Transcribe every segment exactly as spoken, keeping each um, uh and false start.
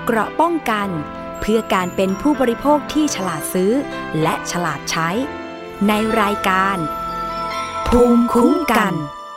เกราะป้องกันเพื่อการเป็นผู้บริโภคที่ฉลาดซื้อและฉลาดใช้ในรายการภูมิคุ้มกัน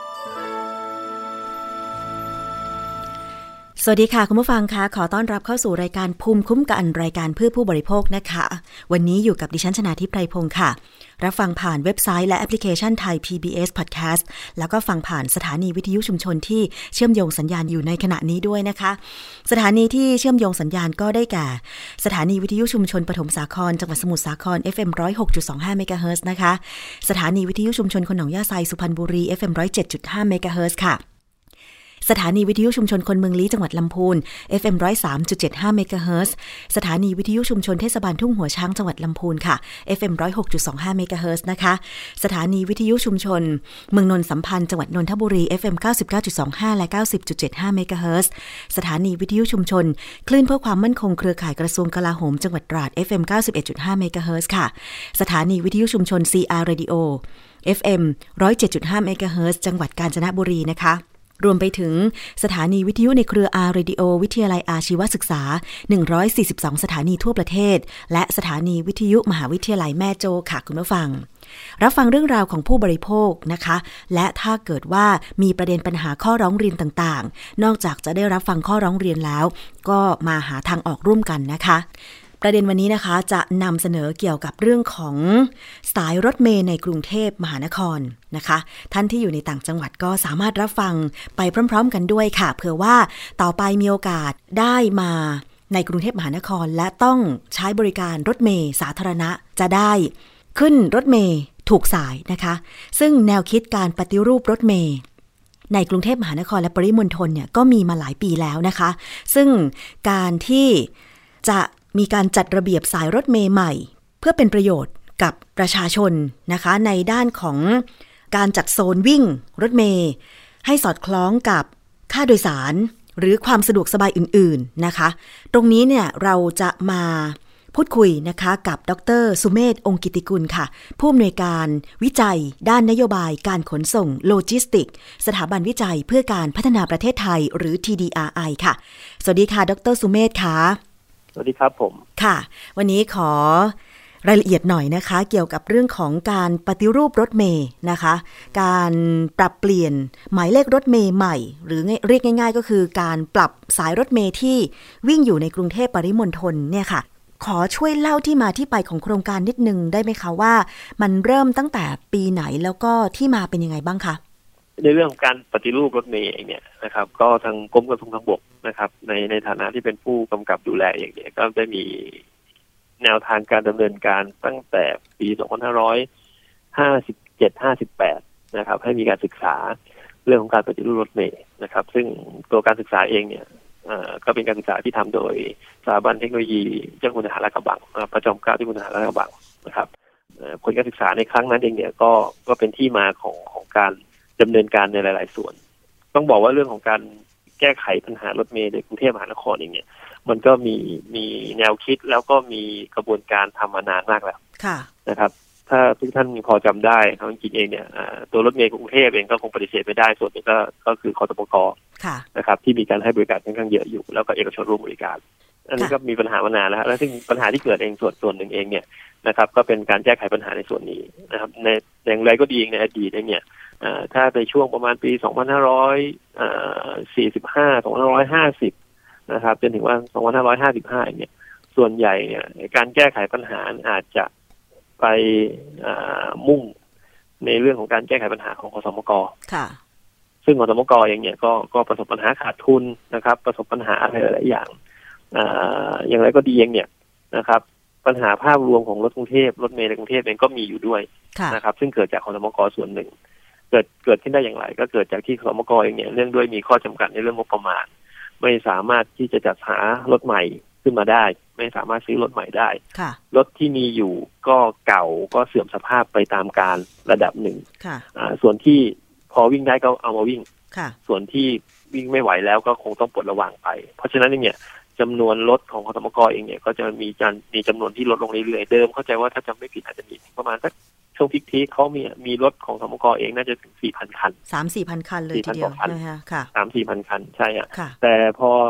สวัสดีค่ะคุณผู้ฟังคะขอต้อนรับเข้าสู่รายการภูมิคุ้มกันรายการเพื่อผู้บริโภคนะคะวันนี้อยู่กับดิฉันชนาธิปไพรพงศ์ค่ะรับฟังผ่านเว็บไซต์และแอปพลิเคชันไทย พี บี เอส Podcast แล้วก็ฟังผ่านสถานีวิทยุชุมชนที่เชื่อมโยงสัญญาณอยู่ในขณะนี้ด้วยนะคะสถานีที่เชื่อมโยงสัญญาณก็ได้แก่สถานีวิทยุชุมชนปฐมสาครจังหวัดสมุทรสาคร เอฟ เอ็ม หนึ่งร้อยหกจุดสองห้า เมกะเฮิรตซ์นะคะสถานีวิทยุชุมชนคนหนองย่าไซสุพรรณบุรี เอฟ เอ็ม หนึ่งร้อยเจ็ดจุดห้า เมกะเฮิรตซ์ค่ะสถานีวิทยุชุมชนคนเมืองลี้จังหวัดลำพูน เอฟ เอ็ม หนึ่งร้อยสามจุดเจ็ดห้า เมกะเฮิรตซ์สถานีวิทยุชุมชนเทศบาลทุ่งหัวช้างจังหวัดลำพูนค่ะ เอฟ เอ็ม หนึ่งร้อยหกจุดสองห้า เมกะเฮิรตซ์นะคะสถานีวิทยุชุมชนเมืองนนท์สัมพันธ์จังหวัดนนทบุรี เอฟ เอ็ม เก้าสิบเก้าจุดสองห้า และ เก้าสิบจุดเจ็ดห้า เมกะเฮิรตซ์สถานีวิทยุชุมชนคลื่นเพื่อความมั่นคงเครือข่ายกระทรวงกลาโหมจังหวัดตราด เอฟ เอ็ม เก้าสิบเอ็ดจุดห้า เมกะเฮิรตซ์ค่ะสถานีวิทยุชุมชน ซี อาร์ Radio เอฟ เอ็ม หนึ่งร้อยเจ็ดจุดห้า เมกะเฮิรตซ์จังหวัดกาญจนบุรีนะคะรวมไปถึงสถานีวิทยุในเครือ อาร์ Radio วิทยาลัยอาชีวศึกษาหนึ่งร้อยสี่สิบสองสถานีทั่วประเทศและสถานีวิทยุมหาวิทยาลัยแม่โจ้ค่ะคุณผู้ฟังรับฟังเรื่องราวของผู้บริโภคนะคะและถ้าเกิดว่ามีประเด็นปัญหาข้อร้องเรียนต่างๆนอกจากจะได้รับฟังข้อร้องเรียนแล้วก็มาหาทางออกร่วมกันนะคะประเด็นวันนี้นะคะจะนำเสนอเกี่ยวกับเรื่องของสายรถเมล์ในกรุงเทพมหานครนะคะท่านที่อยู่ในต่างจังหวัดก็สามารถรับฟังไปพร้อมๆกันด้วยค่ะเผื่อว่าต่อไปมีโอกาสได้มาในกรุงเทพมหานครและต้องใช้บริการรถเมล์สาธารณะจะได้ขึ้นรถเมล์ถูกสายนะคะซึ่งแนวคิดการปฏิรูปรถเมล์ในกรุงเทพมหานครและปริมณฑลเนี่ยก็มีมาหลายปีแล้วนะคะซึ่งการที่จะมีการจัดระเบียบสายรถเมล์ใหม่เพื่อเป็นประโยชน์กับประชาชนนะคะในด้านของการจัดโซนวิ่งรถเมล์ให้สอดคล้องกับค่าโดยสารหรือความสะดวกสบายอื่นๆนะคะตรงนี้เนี่ยเราจะมาพูดคุยนะคะกับดร.สุเมธ องค์กิติกุลค่ะผู้อำนวยการวิจัยด้านนโยบายการขนส่งโลจิสติกสถาบันวิจัยเพื่อการพัฒนาประเทศไทยหรือ ที ดี อาร์ ไอ ค่ะสวัสดีค่ะดร.สุเมธค่ะสวัสดีครับผมค่ะวันนี้ขอรายละเอียดหน่อยนะคะเกี่ยวกับเรื่องของการปฏิรูปรถเมล์นะคะการปรับเปลี่ยนหมายเลขรถเมล์ใหม่หรือเรียกง่ายๆก็คือการปรับสายรถเมล์ที่วิ่งอยู่ในกรุงเทพปริมณฑลเนี่ยค่ะขอช่วยเล่าที่มาที่ไปของโครงการนิดนึงได้ไหมคะว่ามันเริ่มตั้งแต่ปีไหนแล้วก็ที่มาเป็นยังไงบ้างคะในเรื่องของการปฏิรูปรถเมล์เองเนี่ยนะครับก็ทางกรมขนส่งทางบกนะครับในในฐานะที่เป็นผู้กำกับดูแลเองเนี่ยก็ได้มีแนวทางการดำเนินการตั้งแต่ปีสองพันห้าร้อยห้าสิบเจ็ด ห้าสิบแปดนะครับให้มีการศึกษาเรื่องของการปฏิรูปรถเมล์นะครับซึ่งตัวการศึกษาเองเนี่ยก็เป็นการศึกษาที่ทำโดยสถาบันเทคโนโลยีเจ้าคุณทหารลาดกระบังประจอมเกล้าเจ้าคุณทหารลาดกระบังนะครับผลการศึกษาในครั้งนั้นเองเนี่ยก็ก็เป็นที่มาของของการดำเนินการในหลายๆส่วนต้องบอกว่าเรื่องของการแก้ไขปัญหารถเมล์ในกรุงเทพมหานครเองเนี่ยมันก็มีมีแนวคิดแล้วก็มีกระบวนการทำมานานมากแล้วนะครับถ้าทุกท่านพอจำได้ครับจริงๆเองเนี่ยตัวรถเมล์กรุงเทพเองก็คงปฏิเสธไม่ได้ส่วนหนึ่งก็ก็คือคสมกนะครับที่มีการให้บริการค่อนข้างเยอะอยู่แล้วก็เอกชนร่วมบริการอันนี้ก็มีปัญหามานานแล้วแล้วซึ่งปัญหาที่เกิดเองส่วนส่วนหนึ่งเองเนี่ยนะครับก็เป็นการแก้ไขปัญหาในส่วนนี้นะครับในอย่างไรก็ดีในอดีตเนี่ยถ้าในช่วงประมาณปีสองพันห้าร้อยสี่สิบห้า สองพันห้าร้อยห้าสิบนะครับจนถึงว่าสองพันห้าร้อยห้าสิบห้าเนี่ยส่วนใหญ่เนี่ยการแก้ไขปัญหาอาจจะไปมุ่งในเรื่องของการแก้ไขปัญหาของคสมกค่ะซึ่งคสมกเองเนี่ยก็ก็ประสบปัญหาขาดทุนนะครับประสบปัญหาอะไรหลายอย่างอย่างไรก็ดีเองเนี่ยนะครับปัญหาภาพรวมของรถกรุงเทพรถเมล์ในกรุงเทพเองก็มีอยู่ด้วยนะครับซึ่งเกิดจากคสมกส่วนหนึ่งเกิดเกิดขึ้นได้อย่างไรก็เกิดจากที่คสมกเองเนี่ยเนื่องด้วยมีข้อจำกัดในเรื่องงบประมาณไม่สามารถที่จะจัดหารถใหม่ขึ้นมาได้ไม่สามารถซื้อรถใหม่ได้รถที่มีอยู่ก็เก่าก็เสื่อมสภาพไปตามกาลระดับหนึ่งส่วนที่พอวิ่งได้ก็เอามาวิ่งส่วนที่วิ่งไม่ไหวแล้วก็คงต้องปลดระวางไปเพราะฉะนั้นเนี่ยจำนวนรถของคสมกเองเนี่ยก็จะมีจานมีจำนวนที่ลดลงเรื่อยๆเดิมเข้าใจว่าถ้าจำไม่ผิดอาจจะมีประมาณสักช่วงพีคๆเขามีมีรถของคสมกเองน่าจะถึง สี่พัน คันสามสี่พัน คันเลยทีเดียวนะคะค่ะสามสี่พัน คันใช่ฮะแต่พอ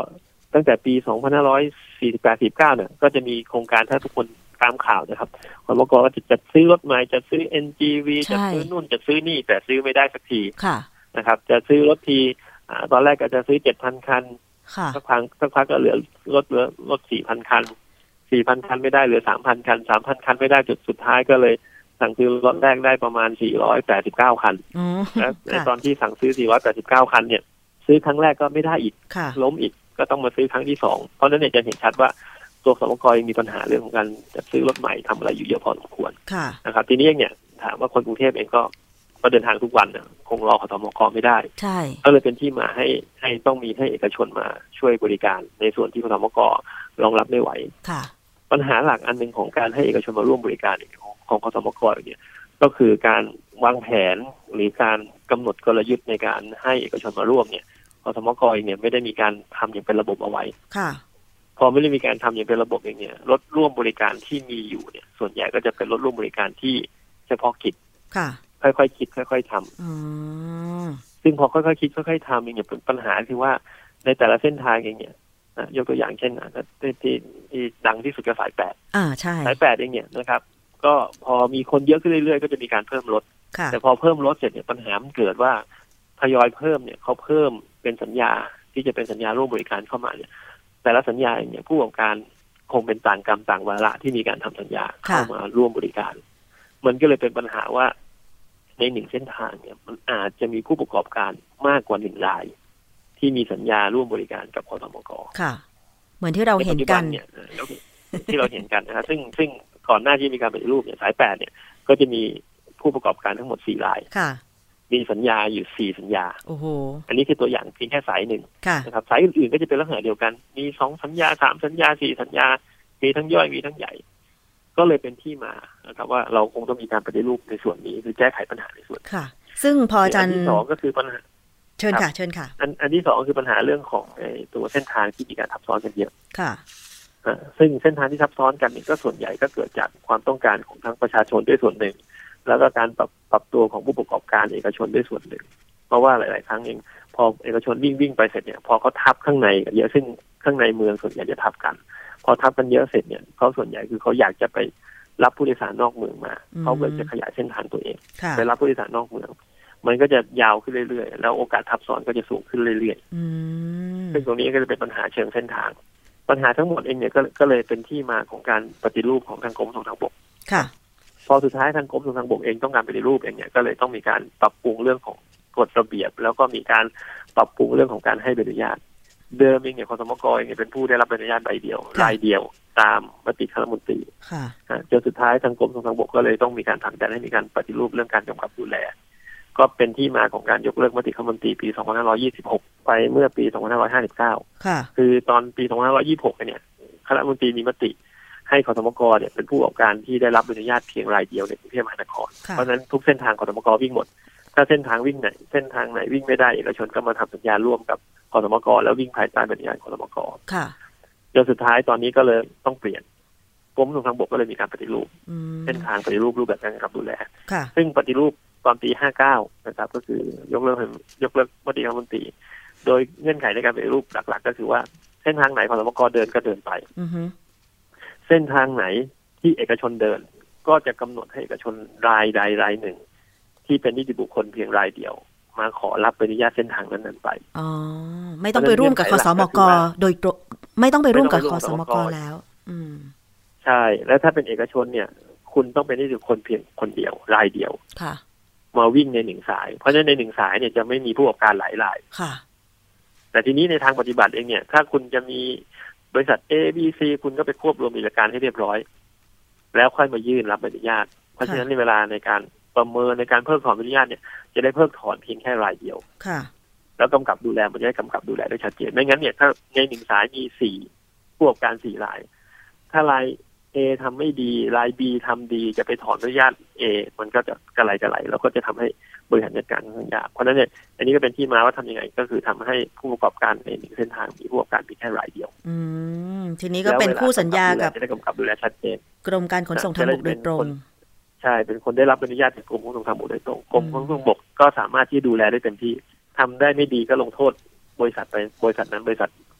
ตั้งแต่ปีสองพันห้าร้อยสี่สิบแปด สี่สิบเก้าเนี่ยก็จะมีโครงการถ้าทุกคนตามข่าวนะครับขมก.ก็จะจัดซื้อรถใหม่จะซื้อ เอ็น จี วี จะซื้อนู่นจะซื้อนี่แต่ซื้อไม่ได้สักทีนะครับจะซื้อรถทีตอนแรกก็จะซื้อ เจ็ดพัน คันสักพักสักพักก็เหลือรถเหลือรถ สี่พัน คัน สี่พัน คันไม่ได้เหลือ สามพัน คัน สามพัน คันไม่ได้จุดสุดท้ายก็เลยสั่งซื้อรถแรกได้ประมาณสี่ร้อยแปดสิบเก้าคันและในตอนที่สั่งซื้อสี่ร้อยแปดสิบเก้าคันเนี่ยซื้อครั้งแรกก็ไม่ได้อีกล้มอีกก็ต้องมาซื้อครั้งที่สองเพราะนั้นเนี่ยจะเห็นชัดว่าตัวสมก.ยังมีปัญหาเรื่องของการจัดซื้อรถใหม่ทำอะไรอยู่เยอะพอสมควรนะครับทีนี้เนี่ยถามว่าคนกรุงเทพเองก็ก็เดินทางทุกวันนะคงรอสมก.ไม่ได้ก็เลยเป็นที่มาให้ให้ต้องมีให้เอกชนมาช่วยบริการในส่วนที่สมก.รองรับไม่ไหวปัญหาหลักอันนึงของการให้เอกชนมาร่วมบริการของของสมก.เนี่ยก็คือการวางแผนหรือการกำหนดกลยุทธ์ในการให้เอกชนมาร่วมเนี่ยสมก.เนี่ยไม่ได้มีการทำอย่างเป็นระบบเอาไว้พอไม่ได้มีการทำอย่างเป็นระบบเองเนี่ยรถร่วมบริการที่มีอยู่เนี่ยส่วนใหญ่ก็จะเป็นรถร่วมบริการที่เฉพาะกิจค่อยๆคิดค่อยๆทำซึ่งพอค่อยๆคิดค่อยๆทำเองเนี่ยเป็นปัญหาคือว่าในแต่ละเส้นทางเองเนี่ยยกตัวอย่างเช่นที่ที่ดังที่สุดก็สายแปดอ่าใช่สายแปดเองเนี่ยนะครับก็พอมีคนเยอะขึ้นเรื่อยๆก็จะมีการเพิ่มรถแต่พอเพิ่มรถเสร็จเนี่ยปัญหามันเกิดว่าทยอยเพิ่มเนี่ยเขาเพิ่มเป็นสัญญาที่จะเป็นสัญญาร่วมบริการเข้ามาเนี่ยแต่ละสัญญาเนี่ยผู้ประกอบการคงเป็นต่างกรรมต่างวาระที่มีการทำสัญญาเข้ามาร่วมบริการมันก็เลยเป็นปัญหาว่าในหนึ่งเส้นทางเนี่ยมันอาจจะมีผู้ประกอบการมากกว่าหนึ่งรายที่มีสัญญาร่วมบริการกับสมก. ค่ะเหมือนที่เราเห็นกันเนี่ยที่เราเห็นกันนะครับซึ่งซึ่งก่อนหน้าที่มีการปฏิรูปเนี่ยสายแปดเนี่ยก็จะมีผู้ประกอบการทั้งหมดสี่รายมีสัญญาอยู่สี่สัญญาโอ้โหอันนี้คือตัวอย่างเพียงแค่สายหนึ่งนะครับสายอื่นๆก็จะเป็นลักษณะเดียวกันมีสองสัญญาสามสัญญาสี่สัญญามีทั้งย่อยมีทั้งใหญ่ก็เลยเป็นที่มานะครับว่าเราคงต้องมีการปฏิรูปในส่วนนี้คือแก้ไขปัญหาในส่วนค่ะซึ่งพออาจารย์ที่สองก็คือปัญหาเชิญค่ะเชิญค่ะอันอันที่สองคือปัญหาเรื่องของตัวเส้นทางที่มีการทับซ้อนกันเยอะค่ะซึ่งเส้นทางที่ทับซ้อนกันนี่ก็ส่วนใหญ่ก็เกิดจากความต้องการของทั้งประชาชนด้วยส่วนหนึ่งแล้วก็การปรับปรับตัวของผู้ประกอบการเอกชนด้วยส่วนหนึ่งเพราะว่าหลายๆครั้งเองพอเอกชนวิ่งวิ่งไปเสร็จเนี่ยพอเขาทับข้างในกันเยอะซึ่งข้างในเมืองส่วนใหญ่จะทับกันพอทับกันเยอะเสร็จเนี่ยเขาส่วนใหญ่คือเขาอยากจะไปรับผู้โดยสารนอกเมืองมาเขาเลยจะขยายเส้นทางตัวเองไปรับผู้โดยสารนอกเมืองมันก็จะยาวขึ้นเรื่อยๆแล้วโอกาสทับซ้อนก็จะสูงขึ้นเรื่อยๆซึ่งตรงนี้ก็จะเป็นปัญหาเชิงเส้นทางปัญหาทั้งหมดเองเนี่ยก็ก็เลยเป็นที่มาของการปฏิรูปของทางกรมขนส่งทางบกพอสุดท้ายทางกรมขนส่งทางบกเองต้องการปฏิรูปเองเนี่ยก็เลยต้องมีการปรับปรุงเรื่องของกฎระเบียบแล้วก็มีการปรับปรุงเรื่องของการให้ใบอนุญาตเดิมเองเนี่ยสมก.เองเป็นผู้ได้รับใบอนุญาตใบเดียวรายเดียวตามมติคณะรัฐมนตรีจนสุดท้ายทางกรมขนส่งทางบกก็เลยต้องมีการผลักดันให้มีการปฏิรูปเรื่องการกำกับดูแลก็เป็นที่มาของการยกเลิกมติคณะรัฐมนตรีปีสองพันห้าร้อยยี่สิบหกไปเมื่อปีสองพันห้าร้อยห้าสิบเก้าคือตอนปีสองพันห้าร้อยยี่สิบหกเนี่ยคณะรัฐมนตรีมีมติให้ขสมก.เนี่ยเป็นผู้ประกอบการที่ได้รับอนุญาตเพียงรายเดียวในกรุงเทพมหานครเพราะฉะนั้นทุกเส้นทางขสมก.วิ่งหมดถ้าเส้นทางวิ่งไหนเส้นทางไหนวิ่งไม่ได้เอกชนก็มาทำสัญญาร่วมกับขสมก.แล้ววิ่งภายใต้อนุญาตขสมก.จนสุดท้ายตอนนี้ก็เลยต้องเปลี่ยนกรมขนส่งทางบกก็เลยมีการปฏิรูปเส้นทางปฏิรูปรูปแบบการกำกับดูแลซึ่งปฏิรูปตอนปีห้าสิบเก้านะครับก็คือยกเลิกยกเลิกมติคณะรัฐมนตรีโดยเงื่อนไขในการปฏิรูปหลักๆก็คือว่าเส้นทางไหนขสมก.เดินก็เดินไปเส้นทางไหนที่เอกชนเดินก็จะกำหนดให้เอกชนรายใดรายหนึ่งที่เป็นนิติบุคคลเพียงรายเดียวมาขอรับใบอนุญาตเส้นทางนั้นๆไปอ๋อไม่ต้องไปร่วมกับขสมก.โดยตรงไม่ต้องไปร่วมกับขสมก.แล้วอืมใช่แล้วถ้าเป็นเอกชนเนี่ยคุณต้องเป็นนิติบุคคลเพียงคนเดียวรายเดียวค่ะมาวิ่งในหนึ่งสายเพราะฉะนั้นในหนึ่งสายเนี่ยจะไม่มีผู้ประกอบการหลายรายค่ะแต่ทีนี้ในทางปฏิบัติเองเนี่ยถ้าคุณจะมีบริษัท A B C คุณก็ไปควบรวมกิจการให้เรียบร้อยแล้วค่อยมายื่นรับใบอนุญาตเพราะฉะนั้นในเวลาในการประเมินในการเพิกถอนใบอนุญาตเนี่ยจะได้เพิกถอนเพียงแค่รายเดียวค่ะแล้วกำกับดูแลมันจะได้กำกับดูแลได้ชัดเจนไม่งั้นเนี่ยถ้าในหนึ่งสายมีสี่ผู้ประกอบการสี่รายถ้าราย A ทำไม่ดีราย B ทำดีจะไปถอนอนุญาต A มันก็จะกระไรกระไรแล้วก็จะทำให้บริหารจัดการค่อนข้างยากเพราะฉะนั้นเนี่ยอันนี้ก็เป็นที่มาว่าทำยังไงก็คือทำให้ผู้ประกอบการในหนึ่งเส้นทางมีผู้ประกอบการเพียงแค่รายเดียวอืมทีนี้ก็เป็นคู่สัญญากับจะได้กำกับดูแลชัดเจนกรมการขนส่งทางบกโดยตรงใช่เป็นคนได้รับอนุญาตจากกรมขนส่งทางบกโดยตรงกรมขนส่งบกก็สามารถที่ดูแลได้เต็มที่ทำได้ไม่ดีก็ลงโทษบริษัทไปบริษัทนั้นบริษัท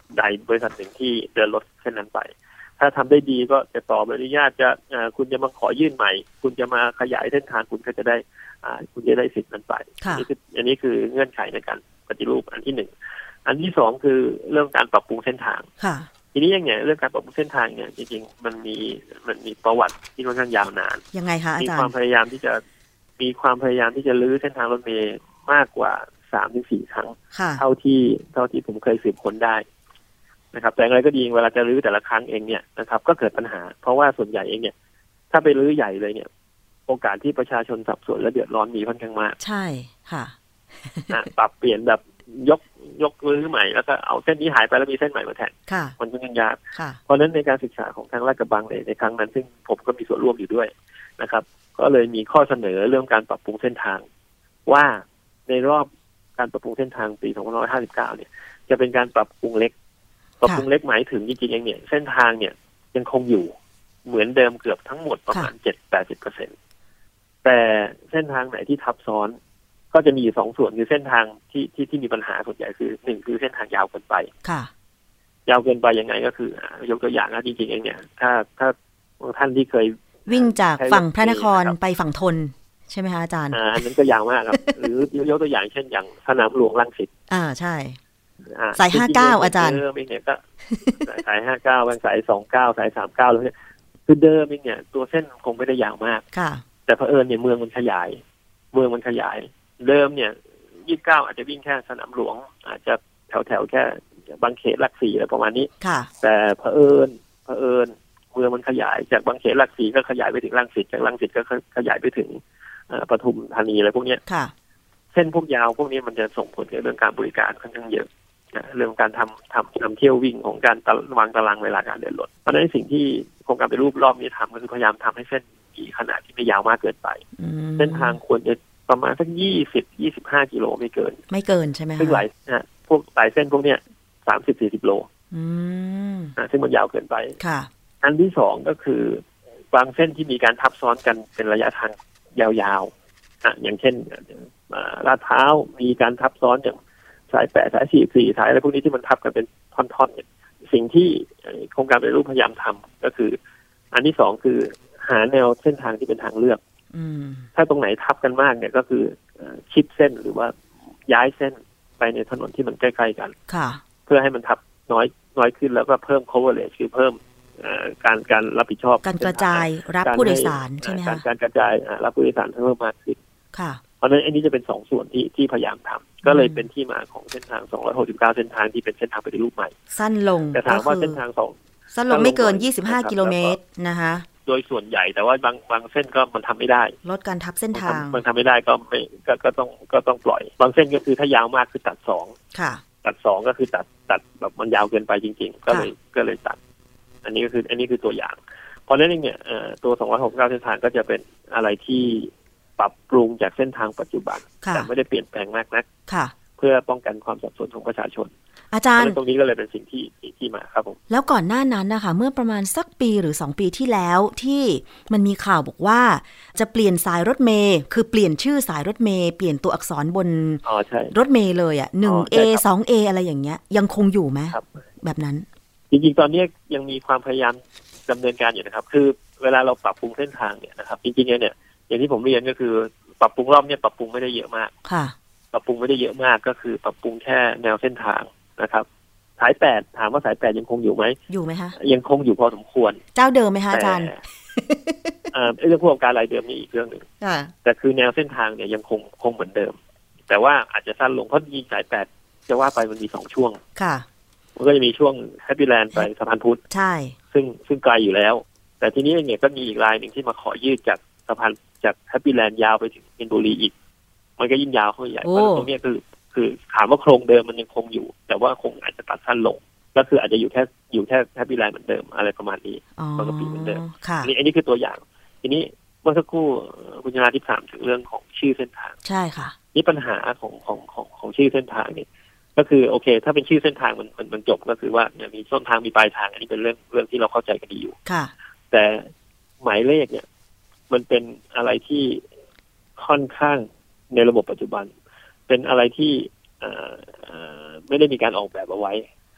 ใดบริษัทหนึ่งที่เดินรถเส้นนั้นไปถ้าทำได้ดีก็จะต่อใบอนุญาตจะคุณจะมาขอยื่นใหม่คุณจะมาขยายเส้นทางคุณก็จะได้คุณจะได้สิทธิ์นั้นไปอันนี้คืออันนี้คือเงื่อนไขในการปฏิรูปอันที่หนึ่งอันที่สองคือเรื่องการปรับปรุงเส้นทางทีนี้อย่างเงี้ยเรื่องการปรับปรุงเส้นทางเนี่ยจริงๆมันมีมันมีประวัติที่ค่อนข้างยาวนานยังไงคะอาจารย์มีความพยายามที่จะมีความพยายามที่จะรื้อเส้นทางรถเมล์มากกว่าสามถึงสี่ครั้งเท่าที่เท่าที่ผมเคยสืบค้นได้นะครับแต่อะไรก็ดีเวลาจะรื้อแต่ละครั้งเองเนี่ยนะครับก็เกิดปัญหาเพราะว่าส่วนใหญ่เองเนี่ยถ้าไปรื้อใหญ่เลยเนี่ยโอกาสที่ประชาชนสับสนและเดือดร้อนมีค่อนข้างมากใช่ค่ะปรับเปลี่ยนแบบยกยกรื้อใหม่แล้วก็เอาเส้นนี้หายไปแล้วมีเส้นใหม่มาแทนมันค่อนข้างยากเพราะฉะนั้นในการศึกษาของทางลาดกระบังในในครั้งนั้นซึ่งผมก็มีส่วนร่วมอยู่ด้วยนะครับก็เลยมีข้อเสนอเรื่องการปรับปรุงเส้นทางว่าในรอบการปรับปรุงเส้นทางปีสองพันห้าร้อยห้าสิบเก้าเนี่ยจะเป็นการปรับปรุงเล็กปรับปรุงเล็กหมายถึงจริงๆเองเนี่ยเส้นทางเนี่ยยังคงอยู่เหมือนเดิมเกือบทั้งหมดประมาณ เจ็ดถึงแปดสิบเปอร์เซ็นต์ แต่เส้นทางไหนที่ทับซ้อนก็จะมีสองส่วนคือเส้นทางที่ที่ที่มีปัญหาส่วนใหญ่คือหนึ่งคือเส้นทางยาวเกินไปค่ะยาวเกินไปยังไงก็คือยกตัวอย่างนะจริงๆเองเนี่ยถ้าถ้าบางท่านที่เคยวิ่งจากฝั่งพระนครไปฝั่งธนใช่ไหมคะอาจารย์อ่าอันนั้นก็ยาวมากครับหรือยกตัวอย่างเช่นอย่างสนามหลวงรังสิตอ่าใช่สายห้าสิบเก้าอาจารย์เดิมเองเนี่ยก็สายห้าสิบเก้าบางสายสองสิบเก้าสายสามสิบเก้าแล้วเนี่ยคือเดิมเองเนี่ยตัวเส้นคงไม่ได้ยาวมากค่ะแต่เผอิญเนี่ยเมืองมันขยายเมืองมันขยายเดิมเนี่ยยี่สิบเก้าอาจจะวิ่งแค่สนามหลวงอาจจะแถวแถวแค่บางเขตหลักสี่อะไรประมาณนี้แต่เผอิญเผอิญเมืองมันขยายจากบางเขตหลักสี่ก็ขยายไปถึงรังสิตจากรังสิตก็ขยายไปถึงปทุมธานีอะไรพวกนี้เส้นพวกยาวพวกนี้มันจะส่งผลกับเรื่องการบริการค่อนข้างเยอะเรื่องการทำทำทำเที่ยววิ่งของการวางตารางเวลาการเดินรถเพราะฉะนั้นสิ่งที่โครงการปฏิรูปรอบนี้ทำก็คือพยายามทำให้เส้นมีขนาดที่ไม่ยาวมากเกินไปเส้นทางควรจะประมาณสักยี่สิบยี่สิบห้ากิโลไม่เกินไม่เกินใช่ไหมคะซึ่งหลายนะพวกหลายเส้นพวกเนี้ยสามสิบสี่สิบโลอืมอ่าซึ่งมันยาวเกินไปค่ะอันที่สองก็คือบางเส้นที่มีการทับซ้อนกันเป็นระยะทางยาวๆอ่ะอย่างเช่นลาดพร้าวมีการทับซ้อนอย่างสายแปดสายสี่สี่สายอะไรพวกนี้ที่มันทับกันเป็นท่อนๆเนี่ยสิ่งที่โครงการปฏิรูปพยายามทำก็คืออันที่สองคือหาแนวเส้นทางที่เป็นทางเลือกถ้าตรงไหนทับกันมากเนี่ยก็คือชิดเส้นหรือว่าย้ายเส้นไปในถนนที่มันใกล้ๆกันเพื่อให้มันทับน้อยน้อยขึ้นแล้วก็เพิ่ม coverage คือเพิ่มการการรับผิดชอบการกระจายรับผู้โดยสารใช่ไหมคะการกระจายรับผู้โดยสารเพิ่มมากขึ้นเพราะฉะนั้นอันนี้จะเป็นสองส่วนที่ที่พยายามทำก็เลยเป็นที่มาของเส้นทางสองร้อยหกสิบเก้าเส้นทางที่เป็นเส้นทางปฏิรูปใหม่สั้นลงแต่ถามว่าเส้นทางสองสั้นลงไม่เกินยี่สิบห้ากิโลเมตรนะคะโดยส่วนใหญ่แต่ว่าบางบางเส้นก็มันทำไม่ได้ลดการทับเส้นทางมันทำไม่ได้ก็ไม่ก็ก็ต้องก็ต้องปล่อยบางเส้นก็คือถ้ายาวมากคือตัดสองค่ะตัดสองก็คือตัดตัดแบบมันยาวเกินไปจริงๆก็เลยก็เลยตัดอันนี้ก็คืออันนี้คือตัวอย่างเพราะฉะนั้นเนี่ยตัวสองร้อยหกสิบเก้าเส้นทางก็จะเป็นอะไรที่ปรับปรุงจากเส้นทางปัจจุบันแต่ไม่ได้เปลี่ยนแปลงมากนักเพื่อป้องกันความสับสนของประชาชนอาจารย์ตรงนี้ก็เลยเป็นสิ่งที่ที่มาครับผมแล้วก่อนหน้านั้นนะคะเมื่อประมาณสักปีหรือสองปีที่แล้วที่มันมีข่าวบอกว่าจะเปลี่ยนสายรถเมล์คือเปลี่ยนชื่อสายรถเมล์เปลี่ยนตัวอักษรบนรถเมล์เลยอ่ะ หนึ่งเอ สองเอ อะไรอย่างเงี้ยยังคงอยู่ไหมแบบนั้นจริงๆตอนนี้ยังมีความพยายามดำเนินการอยู่นะครับคือเวลาเราปรับปรุงเส้นทางเนี่ยนะครับจริงๆเนี่ยอย่างที่ผมเรียนก็คือปรับปรุงรอบเนี่ยปรับปรุงไม่ได้เยอะมากค่ะปรับปรุงไม่ได้เยอะมากก็คือปรับปรุงแค่แนวเส้นทางนะครับสายแปดถามว่าสายแปดยังคงอยู่ไหมอยู่ไหมคะยังคงอยู่พอสมควรเจ้าเดิมไหมคะอาจารย์อ่าเรื่องพวกการรายเดิมนี่อีกเรื่องหนึ่งแต่คือแนวเส้นทางเนี่ยยังคงคงเหมือนเดิมแต่ว่าอาจจะสั้นลงเพราะยิงสายแปดจะว่าไปมันมีสองช่วงค่ะมันก็จะมีช่วงแฮปปี้แลนด์ไปสะพานพุทธใช่ซึ่งซึ่งไกลอยู่แล้วแต่ทีนี้เนี่ยก็มีอีกรายหนึ่งที่มาขอยืดจากสะพานจากแฮปปี้แลนด์ยาวไปถึงมินบุรีอีกมันก็ยิ่งยาวเข้าไปใหญ่เพราะตรงนี้คือคือถามว่าโครงเดิมมันยังคงอยู่แต่ว่าคงอาจจะตัดสั้นลงก็คืออาจจะอยู่แค่อยู่แค่แฮปปี้แลนด์เหมือนเดิมอะไรประมาณนี้ปกติเหมือนเดิมนี่อันนี้คือตัวอย่างทีนี้เมื่อสักครู่คุณชนาทิพย์ถามถึงเรื่องของชื่อเส้นทางใช่ค่ะนี่ปัญหาของของของของชื่อเส้นทางนี่ก็คือโอเคถ้าเป็นชื่อเส้นทางมันมันมันจบก็คือว่าเนี่ยมีต้นทางมีปลายทางอันนี้เป็นเรื่องเรื่องที่เราเข้าใจกันดีอยู่ค่ะแต่หมายเลขเนี่ยมันเป็นอะไรที่ค่อนข้างในระบบปัจจุบันเป็นอะไรที่ไม่ได้มีการออกแบบเอาไว้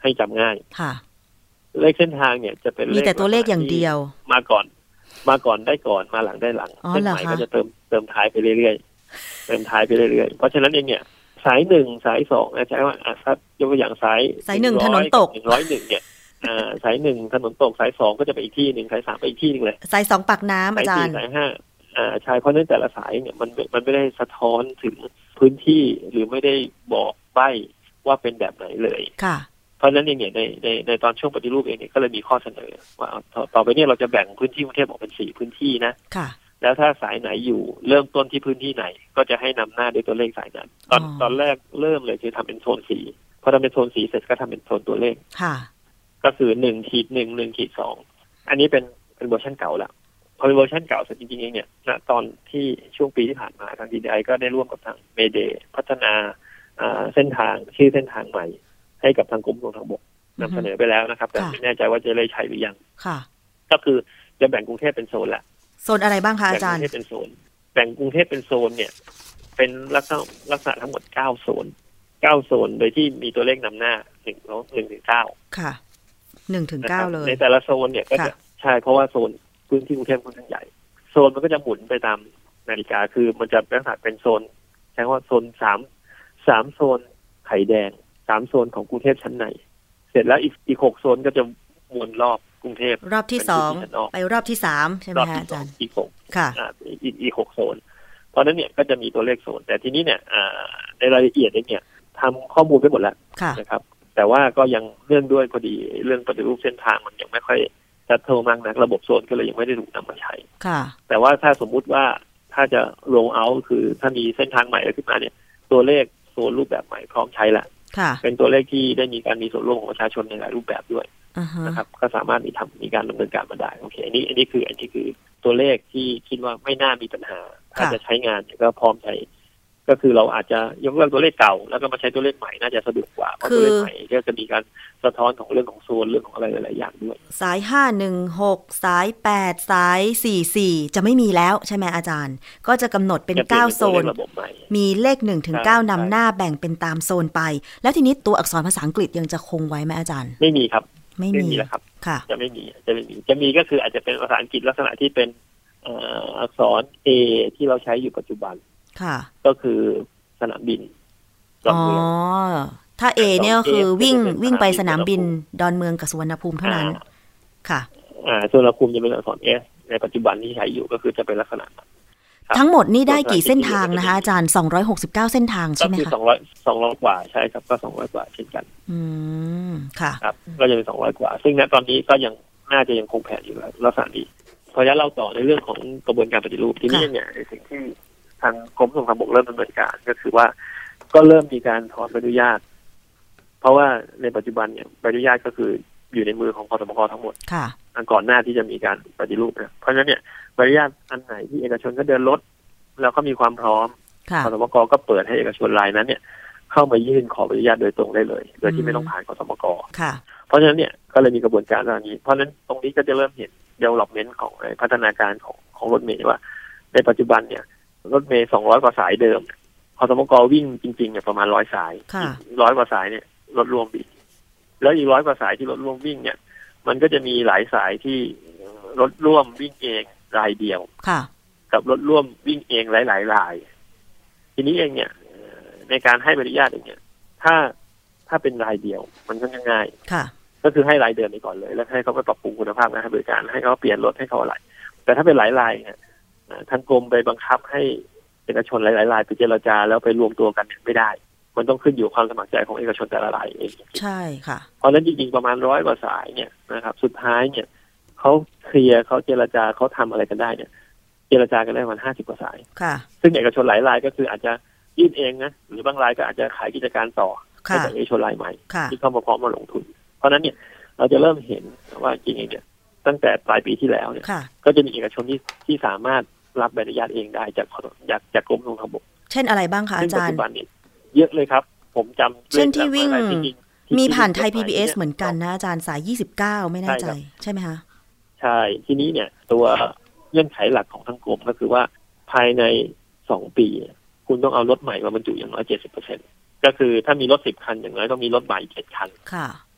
ให้จำง่ายค่ะเลขเส้นทางเนี่ยจะเป็นมีแต่ตัวเลขอย่างเดียวมาก่อนมาก่อนได้ก่อนมาหลังได้หลังเส้นใหม่ก็จะเติมเติมท้ายไปเรื่อยๆเติมท้ายไปเรื่อยๆเพราะฉะนั้นเองเนี่ยสายหนึ่งสายสองนะใช่ว่าครับยกตัวอย่างสายสายหนึ่งถนนตกหนึ่งร้อยหนึ่งเนี่ยอ่าสายหนึ่งถนนตกสายสองก็จะไปอีกที่หนึ่งสายสามไปอีกที่นึงเลยสายสองปากน้ำอาจารย์สายห้าอ่าใช่เพราะนั้นแต่ละสายเนี่ยมันมันไม่ได้สะท้อนถึงพื้นที่หรือไม่ได้บอกใบ้ว่าเป็นแบบไหนเลยค่ะเพราะฉะนั้นเองเนี่ยในในในตอนช่วงปฏิรูปเองเนี่ยก็เลยมีข้อเสนอว่าต่อไปเนี่ยเราจะแบ่งพื้นที่กรุงเทพออกเป็นสี่พื้นที่นะค่ะแล้วถ้าสายไหนอยู่เริ่มต้นที่พื้นที่ไหนก็จะให้นำหน้าด้วยตัวเลขสายนั้นตอนตอนแรกเริ่มเลยคือทำเป็นโซนสีพอทำเป็นโซนสีเสร็จก็ทำเป็นโซนตัวเลขค่ะก็คือหนึ่งขีดหนึ่งหนึ่งขีดสองอันนี้เป็นเป็นเวอร์ชันเก่าละพอเป็นเวอร์ชันเก่าเสร็จจริงๆเองเนี่ยณตอนที่ช่วงปีที่ผ่านมาทาง ดี ดี ไอ ก็ได้ร่วมกับทางเมเดย์พัฒนาเส้นทางชื่อเส้นทางใหม่ให้กับทางกรมขนส่งทางบกนำเสนอไปแล้วนะครับแต่ไม่แน่ใจว่าจะได้ใช้หรือยังค่ะก็คือจะแบ่งกรุงเทพเป็นโซนละโซนอะไรบ้างคะอาจารย์แบ่งกรุงเทพเป็นโซนแบ่งกรุงเทพเป็นโซนเนี่ยเป็นลักษณะลักษณะทั้งหมดเก้าโซนเก้าโซนโดยที่มีตัวเลขนำหน้าหนึ่งหนึ่งถึงเก้าค่ะหนึ่งถึงเก้าเลยในแต่ละโซนเนี่ยก็จะใช่เพราะว่าโซนพื้นที่กรุงเทพค่อนข้างใหญ่โซนมันก็จะหมุนไปตามนาฬิกาคือมันจะลักษณะเป็นโซนใช้ว่าโซนสามสามโซนไข่แดงสามโซนของกรุงเทพชั้นในเสร็จแล้วอีกอีกหกโซนก็จะวนรอบกรุงเทพรอบที่สองไปรอบที่สามใช่ไหมคะอาจารย์อีกหกค่ะอีกอีกหกโซนเพราะนั้นเนี่ยก็จะมีตัวเลขโซนแต่ทีนี้เนี่ยในรายละเอียดเนี่ยทำข้อมูลไปหมดแล้วนะครับแต่ว่าก็ยังเรื่องด้วยพอดีเรื่องปฏิรูปเส้นทางมันยังไม่ค่อยชัดเจนมากนักระบบโซนก็เลยยังไม่ได้ถูกนำมาใช้แต่ว่าถ้าสมมุติว่าถ้าจะโรลเอาท์คือถ้ามีเส้นทางใหม่ขึ้นมาเนี่ยตัวเลขโซนรูปแบบใหม่พร้อมใช้แล้วเป็นตัวเลขที่ได้มีการมีส่วนร่วมของประชาชนในหลายรูปแบบด้วย uh-huh. นะครับก็สามารถมีทำมีการดำเนินการมาได้โอเคอันนี้อันนี้คืออันนี้คือตัวเลขที่คิดว่าไม่น่ามีปัญหาถ้าจะใช้งานก็พร้อมใช้ก็คือเราอาจจะยกเลิกตัวเลขเก่าแล้วก็มาใช้ตัวเลขใหม่น่าจะสะดวกกว่าเพราะตัวเลขใหม่ก็จะมีการสะท้อนของเรื่องของโซนเรื่องของอะไรหลายๆอย่างด้วยสายห้าหนึ่งหกสายแปดสายสี่สี่จะไม่มีแล้วใช่ไหมอาจารย์ก็จะกำหนดเป็นเก้าโซนมีเลขหนึ่งถึงเก้านำหน้าแบ่งเป็นตามโซนไปแล้วทีนี้ตัวอักษรภาษาอังกฤษยังจะคงไว้ไหมอาจารย์ไม่มีครับไม่มีแล้วครับค่ะจะไม่มีจะไม่มีจะมีก็คืออาจจะเป็นภาษาอังกฤษลักษณะที่เป็นอักษร A ที่เราใช้อยู่ปัจจุบันค่ะก็คือสนามบินอ๋อถ้า A เนี่ยก็คือวิ่งวิ่งไปสนามบินดอนเมืองกับสุวรรณภูมิเท่านั้นค่ะอ่าสุวรรณภูมิจะเป็นอักษร S ในปัจจุบันที่ใช้อยู่ก็คือจะเป็นลักษณะทั้งหมดนี่ได้กี่เส้นทางนะคะอาจารย์สองร้อยหกสิบเก้าเส้นทางใช่ไหมคะก็คือสองร้อย สองร้อยกว่าใช่ครับก็สองร้อยกว่าเช่นกันอืมค่ะครับก็จะเป็นสองร้อยกว่าซึ่งณตอนนี้ก็ยังน่าจะยังคงแผนอยู่ลักษณะนี้พอจะเล่าต่อในเรื่องของกระบวนการปฏิรูปที่นี่เนี่ยในสิ่งที่ทางกรมขนส่งทางบกเริ่มดำเนินการก็คือว่าก็เริ่มมีการถอนใบอนุญาตเพราะว่าในปัจจุบันเนี่ยใบอนุญาตก็คืออยู่ในมือของกสมกทั้งหมดค่ะก่อนหน้าที่จะมีการปฏิรูปนะเพราะฉะนั้นเนี่ยใบอนุญาตอันไหนที่เอกชนก็เดินรถแล้วก็มีความพร้อมกสมกก็เปิดให้เอกชนรายนั้นเนี่ยเข้ามายื่นขอใบอนุญาตโดยตรงได้เลยโดยที่ไม่ต้องผ่านกสมกค่ะเพราะฉะนั้นเนี่ยก็เลยมีกระบวนการตรงนี้เพราะฉะนั้นตรงนี้ก็จะเริ่มเห็น development ของพัฒนาการของของรถเมล์ว่าในปัจจุบันเนี่ยรถเมล์สองร้อยกว่าสายเดิมกสมกวิ่งจริงๆเนี่ยประมาณร้อยสายร้อยกว่าสายเนี่ยรถรวมวิ่งแล้วอีกร้อยกว่าสายที่รถร่วมวิ่งเนี่ยมันก็จะมีหลายสายที่รถร่วมวิ่งเองรายเดียวกับรถร่วมวิ่งเองหลายๆรายทีนี้เองเนี่ยในการให้ใบอนุญาตอย่างเงี้ยถ้าถ้าเป็นรายเดียวมันก็ง่ายก็คือให้รายเดิมไปก่อนเลยแล้วให้เขาไปปรับปรุงคุณภาพการให้บริการให้เขาเปลี่ยนรถให้เขาอะไรแต่ถ้าเป็นหลายรายเนี่ยทางกรมไปบังคับให้เอกชนหลายๆรายไปเจรจาแล้วไปรวมตัวกันไม่ได้มันต้องขึ้นอยู่ความสมัครใจของเอกชนแต่ละรายเองใช่ค่ะเพราะฉะนั้นจริงๆประมาณร้อยกว่าสายเนี่ยนะครับสุดท้ายเนี่ยเขาเคลียร์เขาเจรจาเขาทำอะไรกันได้เนี่ยเจรจากันได้ประมาณห้าสิบกว่าสายค่ะซึ่งเอกชนหลายรายก็คืออาจจะยื่นเองนะหรือบางรายก็อาจจะขายกิจการต่อให้กับเอกชนรายใหม่ที่เข้ามาพร้อมมาลงทุนเพราะฉะนั้นเนี่ยเราจะเริ่มเห็นว่าจริงๆเนี่ยตั้งแต่ปลายปีที่แล้วเนี่ยก็จะมีเอกชนที่ที่สามารถรับใบอนุญาตเองได้จากจากจากกรมขนส่งทางบกเช่นอะไรบ้างคะอาจารย์ปัจจุบันนี้เยอะเลยครับผมจำเช่นที่วิ่งมีผ่านไทย พี บี เอส เหมือนกันนะอาจารย์สายยี่สิบเก้าไม่แน่ใจใช่ไหมคะใช่ทีนี้เนี่ยตัวเงื่อนไขหลักของทางกรมก็คือว่าภายในสองปีคุณต้องเอารถใหม่มาบรรจุอย่างน้อย เจ็ดสิบเปอร์เซ็นต์ ก็คือถ้ามีรถสิบคันอย่างน้อยต้องมีรถใหม่เจ็ดคันค่ะ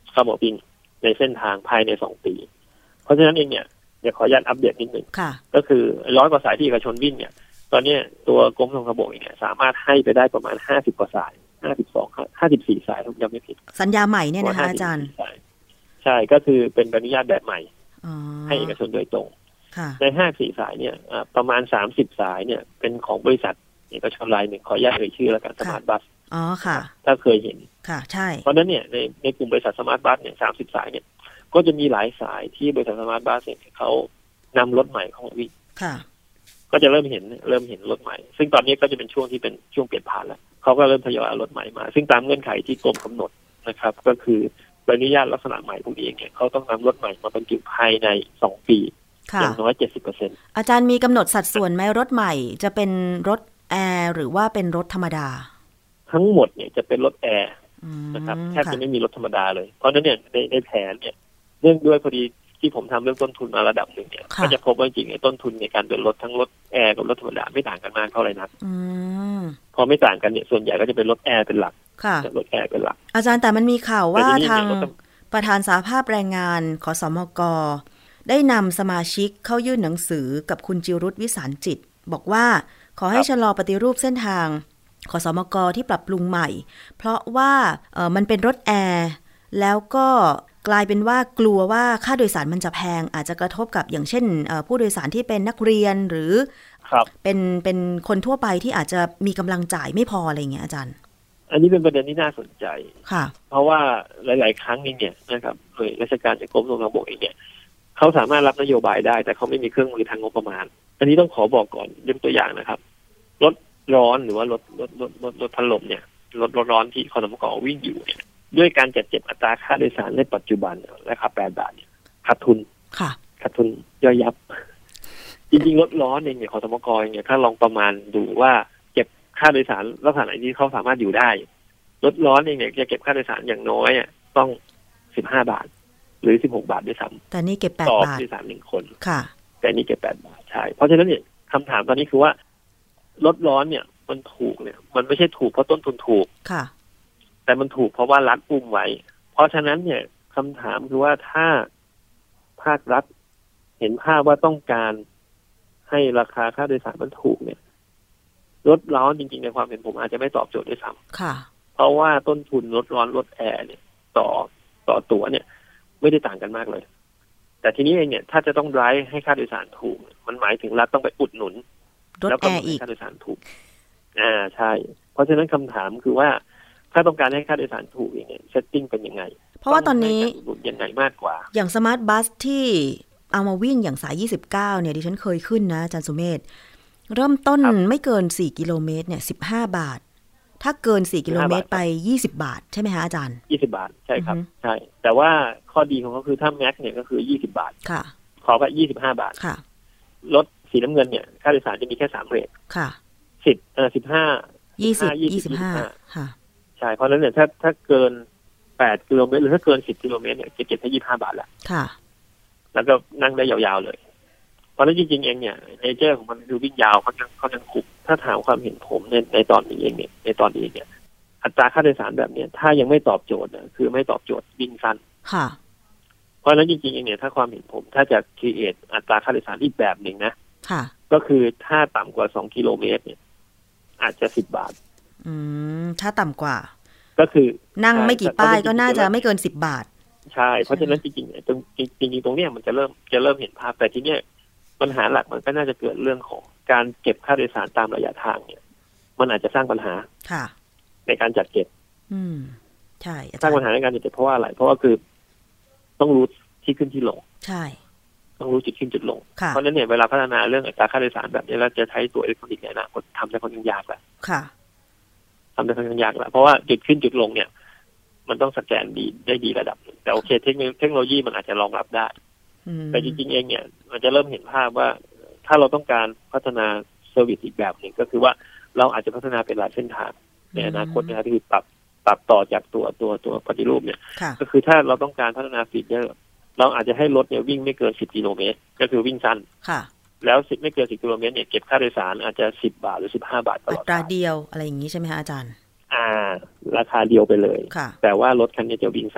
เข้ามาวิ่งในเส้นทางภายในสองปีเพราะฉะนั้นเองเนี่ยเดี๋ยวขออนุญาตอัปเดตนิดนึงก็คือร้อยกว่าสายที่เอกชนวิ่งเนี่ยตอนนี้ตัวกรมทางทางบกเนี่ยสามารถให้ไปได้ประมาณห้าสิบกว่าสายห้าสิบสอง ห้าสิบสี่สายถ้าจำไม่ผิดสัญญาใหม่เนี่ยนะคะอาจารย์ใช่ก็คือเป็นใบอนุญาตแบบใหม่ให้เอกชนโดยตรงในห้าสิบสี่สายเนี่ยประมาณสามสิบสายเนี่ยเป็นของบริษัทเอกชนรายหนึ่งขออนุญาตเอ่ยชื่อแล้วกันสมาร์ทบัสอ๋อค่ะถ้าเคยเห็นค่ะใช่เพราะนั้นเนี่ยในในกลุ่มบริษัทสมาร์ทบัสเนี่ยสามสิบสายเนี่ยก็จะมีหลายสายที่บริษัทสมาร์ทบัสเนี่ยเขานำรถใหม่เข้ามาวิ่งค่ะก็จะเริ่มเห็นเริ่มเห็นรถใหม่ซึ่งตอนนี้ก็จะเป็นช่วงที่เป็นช่วงเปลี่ยนผ่านแล้วเขาก็เริ่มทยอยเอารถใหม่มาซึ่งตามเงื่อนไขที่กรมกำหนดนะครับก็คือใบอนุญาตลักษณะใหม่พวกนี้เนี่ยเขาต้องนำรถใหม่มาบรรจุภายในสองปีอย่างน้อย เจ็ดสิบเปอร์เซ็นต์อาจารย์มีกำหนดสัดส่วนไหมรถใหม่จะเป็นรถแอร์หรือว่าเป็นรถธรรมดาทั้งหมดเนี่ยจะเป็นรถแอร์นะครับแทบจะไม่มีรถธรรมดาเลยเพราะฉะนั้นเนี่ยในในแผนเนี่ยเนื่องด้วยพอดีที่ผมทำเรื่องต้นทุนมาระดับหนึ่งเนี่ยก็จะพบว่าจริงๆต้นทุนในการเดินรถทั้งรถแอร์กับรถธรรมดาไม่ต่างกันมากเท่าไหร่นักพอไม่ต่างกันเนี่ยส่วนใหญ่ก็จะเป็นรถแอร์เป็นหลักรถแอร์เป็นหลักอาจารย์แต่มันมีข่าวว่าทางประธานสหภาพแรงงานขสมกได้นำสมาชิกเข้ายื่นหนังสือกับคุณจิรุตวิสารจิตบอกว่าขอให้ชะลอปฏิรูปเส้นทางขสมกที่ปรับปรุงใหม่เพราะว่าเอ่อมันเป็นรถแอร์แล้วก็กลายเป็นว่ากลัวว่าค่าโดยสารมันจะแพงอาจจะกระทบกับอย่างเช่นผู้โดยสารที่เป็นนักเรียนหรือเป็นเป็นคนทั่วไปที่อาจจะมีกำลังจ่ายไม่พออะไรอย่างเงี้ยอาจารย์อันนี้เป็นประเด็นที่น่าสนใจค่ะเพราะว่าหลายๆครั้งนี่เนี่ยนะครับโดยราชการจากกรมทางบกเองเนี่ยเขาสามารถรับนโยบายได้แต่เขาไม่มีเครื่องมือทางงบประมาณอันนี้ต้องขอบอกก่อนยกตัวอย่างนะครับรถร้อนหรือว่ารถรถรถรถรถพัดลมเนี่ยรถรถร้อนที่ขสมกวิ่งอยู่เนี่ยด้วยการจัดเก็บอัตราค่าโดยสารในปัจจุบันราคาแปดบาทเนี่ยขาดทุนค่ะขาดทุนย่อยยับจริงๆรถร้อนเองเนี่ยขสมกเนี่ยถ้าลองประมาณดูว่าเก็บค่าโดยสารลักษณะที่เขาสามารถอยู่ได้รถร้อนเองเนี่ยจะเก็บค่าโดยสารอย่างน้อยต้องสิบห้าบาทหรือสิบหกบาทด้วยซ้ำแต่นี่เก็บแปดบาทต่อผู้โดยสารหนึ่งคนค่ะแต่นี่เก็บแปดบาทใช่เพราะฉะนั้นเนี่ยคำถามตอนนี้คือว่ารถร้อนเนี่ยมันถูกเนี่ยมันไม่ใช่ถูกเพราะต้นทุนถูกค่ะแต่มันถูกเพราะว่ารัฐอุ้มไว้เพราะฉะนั้นเนี่ยคำถามคือว่าถ้าภาครัฐเห็นภาพว่าต้องการให้ราคาค่าโดยสารมันถูกเนี่ยรถร้อนจริงๆในความเห็นผมอาจจะไม่ตอบโจทย์ด้วยซ้ำค่ะเพราะว่าต้นทุนรถร้อนรถแอร์เนี่ยต่อต่อตั๋วเนี่ยไม่ได้ต่างกันมากเลยแต่ทีนี้เองเนี่ยถ้าจะต้องไดรฟ์ให้ค่าโดยสารถูกมันหมายถึงรัฐต้องไปอุดหนุนรถแอร์อีกค่าโดยสารถูกอ่าใช่เพราะฉะนั้นคำถามคือว่าถ้าต้องการให้ค่าโดยสารถูกอย่างเงี้ยเซตติ้งเป็นยังไงเพราะว่าตอนนี้ยังไงมากกว่าอย่างสมาร์ทบัสที่เอามาวิ่งอย่างสายยี่สิบเก้าเนี่ยดิฉันเคยขึ้นนะอาจารย์สุเมธเริ่มต้นไม่เกินสี่กิโลเมตรเนี่ยสิบห้าบาทถ้าเกินสี่กิโลเมตรไปยี่สิบบาทใช่ไหมคะอาจารย์ยี่สิบบาทใช่ครับใช่แต่ว่าข้อดีของเขาคือถ้าแม็กเนี่ยก็คือยี่สิบบาทค่ะขอไปยี่สิบห้าบาทค่ะรถสีน้ำเงินเนี่ยค่าโดยสารจะมีแค่สามเรทค่ะสิบเอ่อสิบห้ายี่สิบยี่สิบห้าค่ะใช่เพราะฉะนั้นเนี่ยถ้าถ้าเกินแปดกิโลเมตรหรือถ้าเกินสิบกิโลเมตรเนี่ยจะเก็บแค่ยี่สิบห้าบาทละค่ะแล้วก็นั่งได้ยาวๆเลยเพราะฉะนั้นจริงๆเองเนี่ยเนเจอร์ของมันคือวิ่งยาวเขายังเขายังคุ้มถ้าถามความเห็นผมในในตอนนี้เองเนี่ยในตอนนี้เนี่ยอัตราค่าโดยสารแบบนี้ถ้ายังไม่ตอบโจทย์นะคือไม่ตอบโจทย์วิ่งสั้นค่ะเพราะฉะนั้นจริงๆเองเนี่ยถ้าความเห็นผมถ้าจะ create อัตราค่าโดยสารอีกแบบหนึ่งนะค่ะก็คือถ้าต่ำกว่าสองกิโลเมตรเนี่ยอาจจะสิบบาทอืมถ้าต่ำกว่าก็คือนั่งไม่กี่ป้ายก็น่าจะไม่เกินสิบบาทใช่เพราะฉะนั้นจริงๆตรงจริงๆตรงเนี้ยมันจะเริ่มจะเริ่มเห็นภาพแต่ทีเนี้ยปัญหาหลักมันก็น่าจะเกิดเรื่องของการเก็บค่าโดยสารตามระยะทางเนี่ยมันอาจจะสร้างปัญหาค่ะในการจัดเก็บอืมใช่สร้างปัญหาในการจัดเก็บเพราะว่าอะไรเพราะว่าคือต้องรู้ที่ขึ้นที่ลงใช่ต้องรู้จุดขึ้นจุดลงเพราะฉะนั้นเนี่ยเวลาพัฒนาเรื่องอัตราค่าโดยสารแบบนี้เราจะใช้ตัวอิเล็กทรอนิกส์เนี่ยนะคนทำได้ค่อนข้างยากแหละค่ะทำได้ค่อนข้างยากแหละเพราะว่าจุดขึ้นจุดลงเนี่ยมันต้องสแกนดีได้ดีระดับนึงแต่โอเคเทคโนโลยีมันอาจจะรองรับได้แต่จริงๆเองเนี่ยมันจะเริ่มเห็นภาพว่าถ้าเราต้องการพัฒนาเซอร์วิสอีกแบบหนึ่งก็คือว่าเราอาจจะพัฒนาเป็นหลายเส้นทางในอนาคตนะครับที่ปรับปรับต่อจากตัวตัวตัวปฏิรูปเนี่ยก็คือถ้าเราต้องการพัฒนาฟีเจอร์เราอาจจะให้รถเนี่ยวิ่งไม่เกินสิบกิโลเมตรก็คือวิ่งสั้นแล้วสิบไม่เกินสิบกิโลเมตรเนี่ยเก็บค่าโดยสารอาจจะสิบบาทหรือสิบห้าบาทตลอดอัตราเดียวอะไรอย่างนี้ใช่ไหมคะอาจารย์อ่าราคาเดียวไปเลยแต่ว่ารถคันนี้จะวิ่งสั้น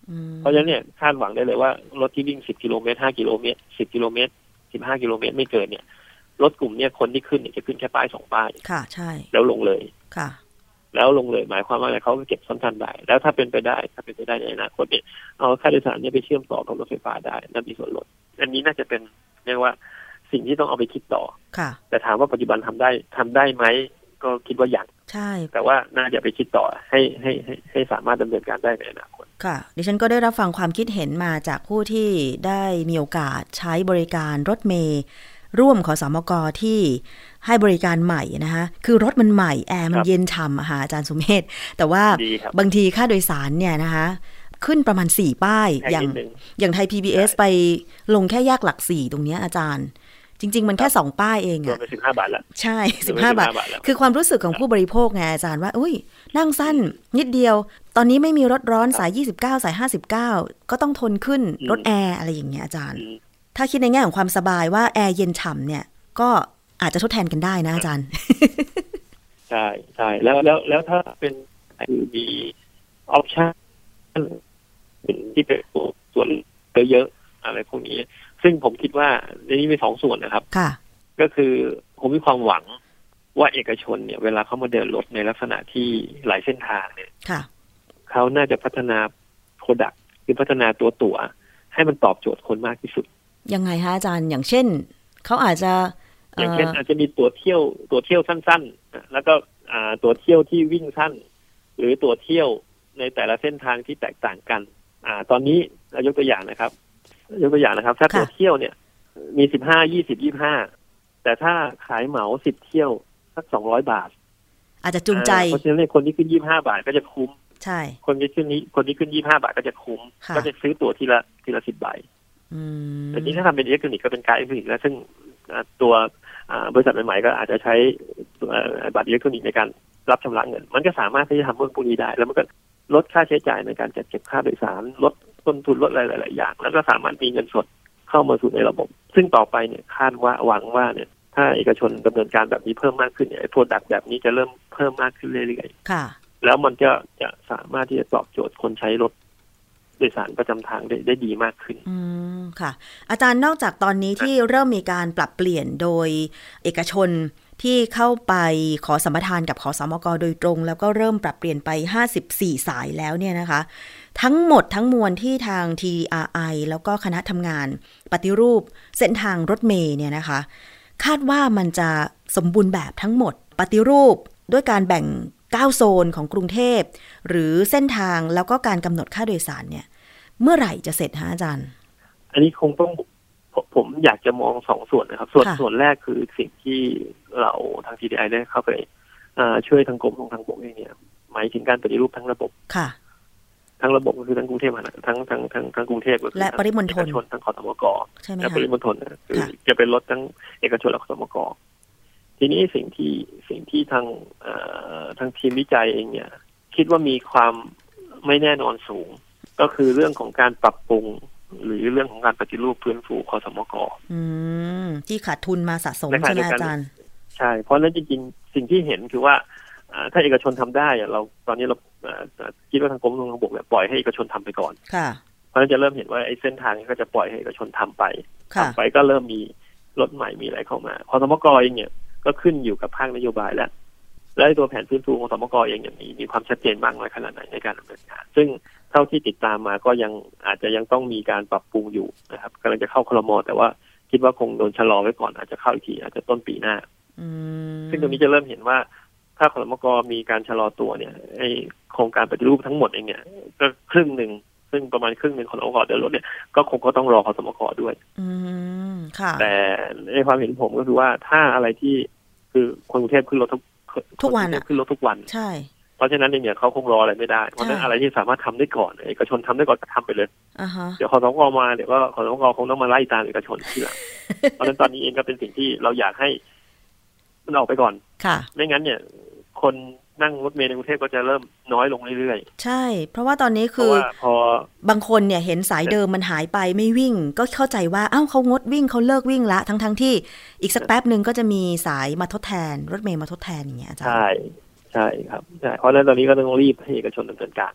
เพราะฉะนั้นเนี่ยคาดหวังได้เลยว่ารถที่วิ่งสิบกิโลเมตรห้ากิโลเมตรสิบกิโลเมตรสิบห้ากิโลเมตรไม่เกินเนี่ยรถกลุ่มเนี่ยคนที่ขึ้นเนี่ยจะขึ้นแค่ป้ายสองป้ายค่ะใช่แล้วลงเลยค่ะแล้วลงเลยหมายความว่าอะไรเขาเก็บซ้ำทันได้แล้วถ้าเป็นไปได้ถ้าเป็นไปได้ในอนาคตเนี่ยเอาค่าโดยสารเนี่ยไปเชื่อมต่อกับรถไฟฟ้าได้นั่นมีส่วนลดอันนี้น่าจะเป็นเรียกว่าสิ่งที่ต้องเอาไปคิดต่อค่ะแต่ถามว่าปัจจุบันทำได้ทำได้ไหมก็คิดว่ายังใช่แต่ว่าน่าจะไปคิดต่อให้ให้ให้ให้สามารถดำเนินการได้ในอนาคตค่ะดิฉันก็ได้รับฟังความคิดเห็นมาจากผู้ที่ได้มีโอกาสใช้บริการรถเมล์ร่วมขสมกที่ให้บริการใหม่นะคะคือรถมันใหม่แอร์มันเย็นฉ่ำอะค่ะอาจารย์สุเมธแต่ว่าบางทีค่าโดยสารเนี่ยนะคะขึ้นประมาณสี่ป้ายอย่างอย่างไทย พี บี เอส ไปลงแค่แยกหลักสี่ตรงนี้อาจารย์จริงๆมันแค่สองป้ายเองอะรวมเป็นสิบห้าบาทละใช่สิบห้าบาทคือความรู้สึกของผู้บริโภคไงอาจารย์ว่าอุ้ยนั่งสั้นนิดเดียวตอนนี้ไม่มีรถร้อนสายยี่สิบเก้าสายห้าสิบเก้าก็ต้องทนขึ้นรถแอร์อะไรอย่างเงี้ยอาจารย์ถ้าคิดในแง่ของความสบายว่าแอร์เย็นฉ่ำเนี่ยก็อาจจะทดแทนกันได้นะอาจารย์ใช่ใช่แล้วแล้วแล้วถ้าเป็นคือมีออปชั่นที่เป็นส่วนเยอะๆอะไรพวกนี้ซึ่งผมคิดว่าในนี้มีสองส่วนนะครับค่ะก็คือผมมีความหวังว่าเอกชนเนี่ยเวลาเขามาเดินรถในลักษณะที่หลายเส้นทางเนี่ยเขาน่าจะพัฒนาโปรดักต์คือพัฒนาตัวตั๋วให้มันตอบโจทย์คนมากที่สุดยังไงคะอาจารย์อย่างเช่นเขาอาจจะอย่างเช่นอาจจะมีตั๋วเที่ยวตั๋วเที่ยวสั้นๆแล้วก็ตั๋วเที่ยวที่วิ่งสั้นหรือตั๋วเที่ยวในแต่ละเส้นทางที่แตกต่างกันอ่าตอนนี้ยกตัวอย่างนะครับยกตัวอย่างนะครับถ้าตั๋วเที่ยวเนี่ยมีสิบห้า ยี่สิบ ยี่สิบห้าแต่ถ้าขายเหมาสิบเที่ยวสักสองร้อยบาทอาจจะจูงใจเพราะฉะนั้นคนที่ขึ้นยี่สิบห้าบาทก็จะคุ้มใช่คนที่ขึ้นนี้คนที่ขึ้นยี่สิบห้าบาทก็จะคุ้มก็จะซื้อตั๋วทีละทีละสิบใบแต่นี้ถ้าทำเป็นอิเล็กทรอนิกส์ก็เป็นการอิเล็กทรอนิกส์แล้วซึ่งตัวบริษัทใหม่ๆก็อาจจะใช้บัตรอิเล็กทรอนิกส์ในการรับชำระเงินมันก็สามารถที่จะทำเรื่องพวกนี้ได้แล้วมันก็ลดค่าใช้จ่ายในการจัดเก็บค่าโดยสารลดต้นทุนลดอะไรหลายๆอย่างแล้วก็สามารถมีเงินสดเข้ามาสู่ในระบบซึ่งต่อไปเนี่ยคาดว่าหวังว่าเนี่ยถ้าเอกชนดำเนินการแบบนี้เพิ่มมากขึ้นเนี่ยไอ้โปรดักต์แบบนี้จะเริ่มเพิ่มมากขึ้นเรื่อยๆค่ะแล้วมันจะจะสามารถที่จะตอบโจทย์คนใช้รถโดยสารประจำทางได้ได้ดีมากขึ้นอืมค่ะอาจารย์นอกจากตอนนี้ที่เริ่มมีการปรับเปลี่ยนโดยเอกชนที่เข้าไปขอสัมปทานกับขสมกโดยตรงแล้วก็เริ่มปรับเปลี่ยนไปห้าสิบสี่สายแล้วเนี่ยนะคะทั้งหมดทั้งมวลที่ทาง ที อาร์ ไอ แล้วก็คณะทำงานปฏิรูปเส้นทางรถเมล์เนี่ยนะคะคาดว่ามันจะสมบูรณ์แบบทั้งหมดปฏิรูปด้วยการแบ่งเก้าโซนของกรุงเทพหรือเส้นทางแล้วก็การกำหนดค่าโดยสารเนี่ยเมื่อไหร่จะเสร็จฮะอาจารย์อันนี้คงต้องผมอยากจะมองสองส่วนนะครับส่วนส่วนแรกคือสิ่งที่เราทาง ที ดี ไอ ได้เข้าไปช่วยทางกรมทางบกเองเนี่ยหมายถึงการปฏิรูปทั้งระบบค่ะทั้งระบบก็คือทั้งกรุงเทพมหานครทั้งทั้งทั้งทั้งกรุงเทพและปริมณฑลทั้งขสมกและปริมณฑลคือจะเป็นรถทั้งเอกชนและขสมกทีนี้สิ่งที่สิ่งที่ทางทางทีมวิจัยเองเนี่ยคิดว่ามีความไม่แน่นอนสูงก็คือเรื่องของการปรับปรุงหรือเรื่องของการปฏิรูปฟื้นฟูขสมกอืมที่ขาดทุนมาสะสมใช่ไหมอาจารย์ใช่เพราะนั้นจริงๆสิ่งที่เห็นคือว่าถ้าเอกชนทำได้เราตอนนี้เราคิดว่าทางกรมทางบกเนี่ยปล่อยให้เอกชนทำไปก่อนค่ะเพราะฉะนั้นจะเริ่มเห็นว่าไอ้เส้นทางนี้ก็จะปล่อยให้เอกชนทำไปทำไปก็เริ่มมีรถใหม่มีอะไรเข้ามาขสมกเองเนี่ยก็ขึ้นอยู่กับภาคนโยบายแล้วและตัวแผนฟื้นฟูของขสมกเองอย่างนี้มีความชัดเจนมากน้อยขนาดไหนในการดำเนินงานซึ่งเท่าที่ติดตามมาก็ยังอาจจะยังต้องมีการปรับปรุงอยู่นะครับกำลังจะเข้าครม.แต่ว่าคิดว่าคงโดนชะลอไว้ก่อนอาจจะเข้าอีกทีอาจจะต้นปีหน้าซึ่งตรงนี้จะเริ่มเห็นว่าถ้าขสมกมีการชะลอตัวเนี่ยไอโครงการปฏิรูปทั้งหมดเองเนี่ยก็ครึ่งหนึ่งซึ่งประมาณครึ่งหนึ่งของขสมกเดินรถเนี่ยก็คงก็ต้องรอขสมกด้วยแต่ในความเห็นผมก็คือว่าถ้าอะไรที่คือคนกรุงเทพขึ้นรถทุกทุกวันขึ้นรถทุกวันใช่เพราะฉะนั้นเนี่ยเขาคงรออะไรไม่ได้เพราะฉะนั้นอะไรที่สามารถทำได้ก่อนเอกชนทำได้ก่อนก็ทำไปเลย uh-huh. เดี๋ยวขสมกมาเดี๋ยวก็ขสมกคงต้องมาไล่ตามเอกชนทีหลัง เพราะฉะนั้นตอนนี้เองก็เป็นสิ่งที่เราอยากให้มันออกไปก่อนไม่งั้นเนี่ยคนนั่งรถเมล์ในกรุงเทพก็จะเริ่มน้อยลงเรื่อยๆใช่เพราะว่าตอนนี้คือพอบางคนเนี่ยเห็นสายเดิมมันหายไปไม่วิ่งก็เข้าใจว่าอ้าวเขางดวิ่งเขาเลิกวิ่งละทั้งๆที่อีกสักแป๊บนึงก็จะมีสายมาทดแทนรถเมล์มาทดแทนอย่างเงี้ยอาจารย์ใช่ใช่ครับใช่เพราะฉะนั้นตอนนี้ก็ต้องรีบให้เอกชนดำเนินการหน่อย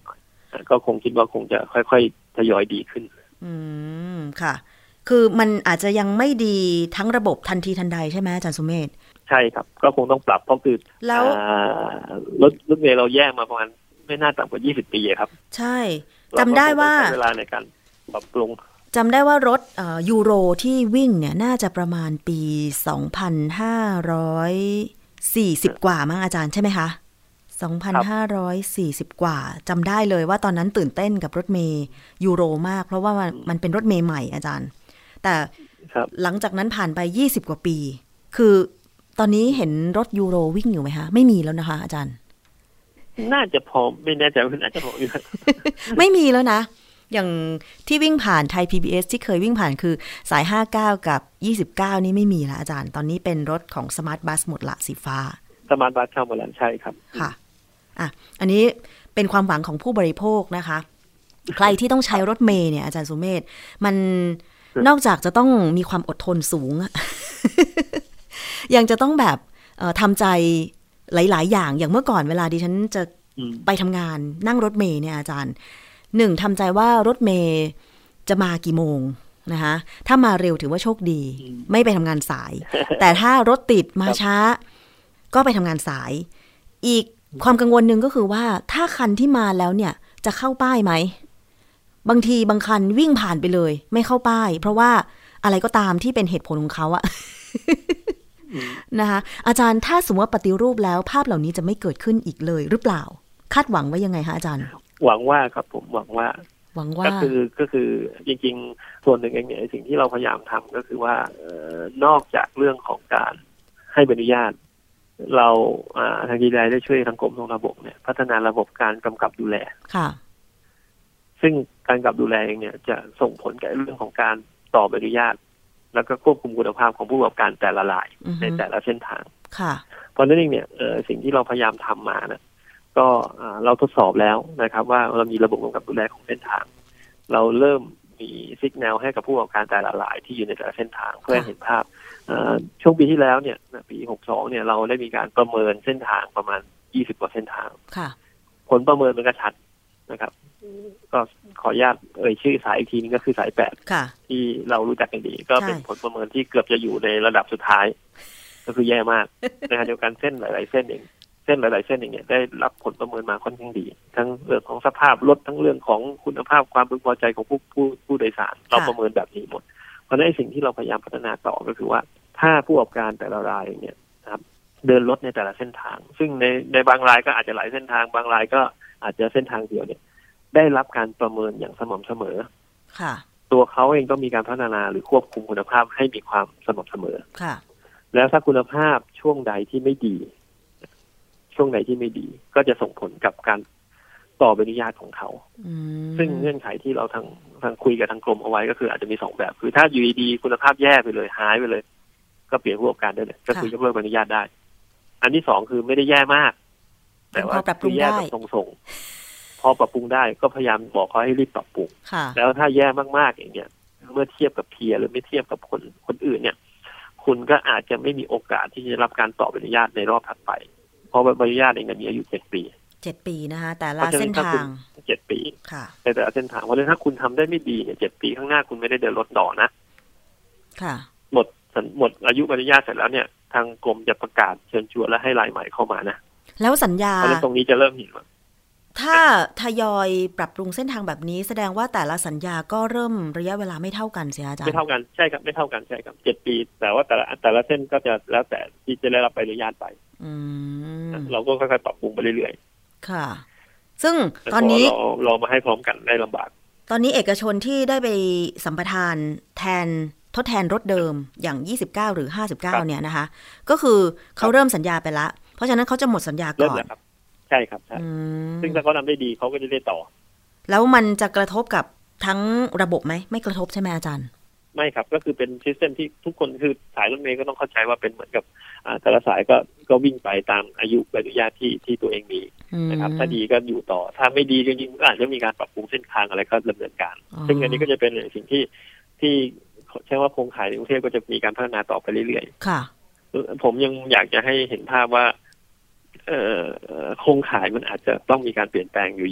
ก็คงคิดว่าคงจะค่อยๆทยอยดีขึ้นอืมค่ะคือมันอาจจะยังไม่ดีทั้งระบบทันทีทันใดใช่ไหมอาจารย์สุเมธใช่ครับก็คงต้องปรับเพราะคือแล้วรถรถเมล์เราแยกมาประมาณไม่น่าต่ำกว่ายี่สิบปีครับใช่จำได้ว่าเวลาในการปรับปรุงจำได้ว่ารถยูโรที่วิ่งเนี่ยน่าจะประมาณปีสองพันห้าร้อยสี่สิบกว่ามั้งอาจารย์ใช่ไหมคะสองพันห้าร้อยสี่สิบกว่าจำได้เลยว่าตอนนั้นตื่นเต้นกับรถเมล์ยูโรมากเพราะว่ามันเป็นรถเมล์ใหม่อาจารย์แต่หลังจากนั้นผ่านไปยี่สิบกว่าปีคือตอนนี้เห็นรถยูโรวิ่งอยู่ไหมคะไม่มีแล้วนะคะอาจารย์น่าจะพอไม่แน่ใจว่าน่าจะพออยู่ไม่มีแล้วนะอย่างที่วิ่งผ่านไทย พี บี เอส ที่เคยวิ่งผ่านคือสายห้าสิบเก้ากับยี่สิบเก้านี่ไม่มีแล้วอาจารย์ตอนนี้เป็นรถของ Smart Bus หมดละสีฟ้า Smart Bus เข้ามาแล้วใช่ครับค่ะอ่ะอันนี้เป็นความหวังของผู้บริโภคนะคะใครที่ต้องใช้รถเมล์เนี่ยอาจารย์สุเมธมันนอกจากจะต้องมีความอดทนสูง ยังจะต้องแบบทำใจหลายๆอย่างอย่างเมื่อก่อนเวลาดิฉันจะไปทำงานนั่งรถเมล์เนี่ยอาจารย์หนึ่งทำใจว่ารถเมล์จะมากี่โมงนะคะถ้ามาเร็วถือว่าโชคดีไม่ไปทำงานสาย แต่ถ้ารถติดมาช้าก็ไปทำงานสายอีกความกังวลหนึ่งก็คือว่าถ้าคันที่มาแล้วเนี่ยจะเข้าป้ายไหมบางทีบางคันวิ่งผ่านไปเลยไม่เข้าป้ายเพราะว่าอะไรก็ตามที่เป็นเหตุผลของเขาอะ นะคะอาจารย์ถ้าสมมติว่าปฏิรูปแล้วภาพเหล่านี้จะไม่เกิดขึ้นอีกเลยหรือเปล่าคาดหวังไว้ยังไงคะอาจารย์หวังว่าครับผมหวังว่าหวังว่าก็คือก็คือจริงๆส่วนหนึ่งเองเนี่ยสิ่งที่เราพยายามทำก็คือว่าเอ่อนอกจากเรื่องของการให้ใบอนุญาตเราทางดีไลน์ได้ช่วยทางกรมทางระบบเนี่ยพัฒนาระบบการกำกับดูแลค่ะซึ่งการกำกับดูแลเองเนี่ยจะส่งผลกับเรื่องของการต่อใบอนุญาตแล้วก็ควบคุมคุณภาพของผู้ประกอบการแต่ละรายในแต่ละเส้นทางค่ะเพราะนั้นเองเนี่ยสิ่งที่เราพยายามทำมานะก็เราทดสอบแล้วนะครับว่าเรามีระบบกำกับดูแลของเส้นทางเราเริ่มมีสัญญาณให้กับผู้ประกอบการแต่ละรายที่อยู่ในแต่ละเส้นทางเพื่อให้เห็นภาพช่วงปีที่แล้วเนี่ยปีหกสิบสองเนี่ยเราได้มีการประเมินเส้นทางประมาณยี่สิบกว่าเส้นทางผลประเมินมันก็ชัดนะครับก็ขออนุญาตเอ่ยชื่อสายอีกทีนึงก็คือสายแปดที่เรารู้จักกันดีก็เป็นผลประเมินที่เกือบจะอยู่ในระดับสุดท้ายก็คือแย่มากในขณะเดียวกันเส้นหลายๆเส้นเองเส้นหลายๆเส้นอย่างเงี้ยได้รับผลประเมินมาค่อนข้างดีทั้งเรื่องของสภาพรถทั้งเรื่องของคุณภาพความพึงพอใจของผู้ผู้ผู้โดยสารเราประเมินแบบนี้หมดเพราะฉะนั้นสิ่งที่เราพยายามพัฒนาต่อก็คือว่าถ้าผู้ประกอบการแต่ละรายเนี่ยนะครับเดินรถในแต่ละเส้นทางซึ่งในในบางรายก็อาจจะหลายเส้นทางบางรายก็อาจจะเส้นทางเดียวเนี่ยได้รับการประเมินอย่างสม่ำเสมอค่ะตัวเขาเองก็มีการพัฒนาหรือควบคุมคุณภาพให้มีความสม่ำเสมอค่ะแล้วถ้าคุณภาพช่วงใดที่ไม่ดีช่วงไหนที่ไม่ดีก็จะส่งผลกับการต่อใบอนุญาตของเขาซึ่งเงื่อนไขที่เราทางทางคุยกับทางกรมเอาไว้ก็คืออาจจะมีสองแบบคือถ้าอยู่ดีๆคุณภาพแย่ไปเลยหายไปเลยก็เปลี่ยนผู้ประกอบการได้เลยก็คือยกเลิกใบอนุญาตได้อันที่สองคือไม่ได้แย่มากแต่ว่าคือแย่แบบทรงๆพอปรับปรุงได้ก็พยายามบอกเขาให้รีบปรับปรุงแล้วถ้าแย่มากๆอย่างเงี้ยเมื่อเทียบกับเพียร์หรือไม่เทียบกับคนคนอื่นเนี่ยคุณก็อาจจะไม่มีโอกาสที่จะรับการต่อใบอนุญาตในรอบถัดไปเพราะใบอนุญาตเองมีอายุเจ็ดปีเจ็ดปีนะคะแต่ละเส้นทางเจ็ดปีค่ะในแต่ละเส้นทางเพราะฉะนั้นถ้าคุณทำได้ไม่ดีเนี่ยเจ็ดปีข้างหน้าคุณไม่ได้เดินรถต่อนะค่ะหมดหมดอายุใบอนุญาตเสร็จแล้วเนี่ยทางกรมจะประกาศเชิญชวนและให้รายใหม่เข้ามานะแล้วสัญญาเพราะฉะนั้นตรงนี้จะเริ่มเห็นว่าถ้าทยอยปรับปรุงเส้นทางแบบนี้แสดงว่าแต่ละสัญญาก็เริ่มระยะเวลาไม่เท่ากันเสียอาจารย์ไม่เท่ากันใช่ครับไม่เท่ากันใช่ครับเจ็ดปีแต่ว่าแต่ละแต่ละเส้นก็จะแล้วแต่ที่จะได้รับใบอนุญาตไปเราก็ค่อยๆปรับปรุงไปเรื่อยๆค่ะซึ่งตอนนี้เราเรามาให้พร้อมกันได้ลำบากตอนนี้เอกชนที่ได้ไปสัมปทานแทนทดแทนรถเดิมอย่างยี่สิบเก้าหรือห้าสิบเก้าเนี่ยนะคะก็คือเขาเริ่มสัญญาไปละเพราะฉะนั้นเขาจะหมดสัญญาก่อนใช่ครับใช่ซึ่งถ้าเขาทำได้ดีเขาก็จะได้ต่อแล้วมันจะกระทบกับทั้งระบบไหมไม่กระทบใช่ไหมอาจารย์ไม่ครับก็คือเป็นซิสเต็มที่ทุกคนคือสายรถเมล์ก็ต้องเข้าใจว่าเป็นเหมือนกับแต่ละสายก็ก็วิ่งไปตามอายุใบอนุญาตที่ที่ตัวเองมีนะครับถ้าดีก็อยู่ต่อถ้าไม่ดีจริงๆก็อาจจะมีการปรับปรุงเส้นทางอะไรก็ดำเนินการซึ่งอันนี้ก็จะเป็นสิ่งที่ที่ใช่ว่าโครงข่ายในกรุงเทพก็จะมีการพัฒนาต่อไปเรื่อยๆค่ะผมยังอยากจะให้เห็นภาพว่าโครงข่ายมันอาจจะต้องมีการเปลี่ยนแปลงอยู่เยอะ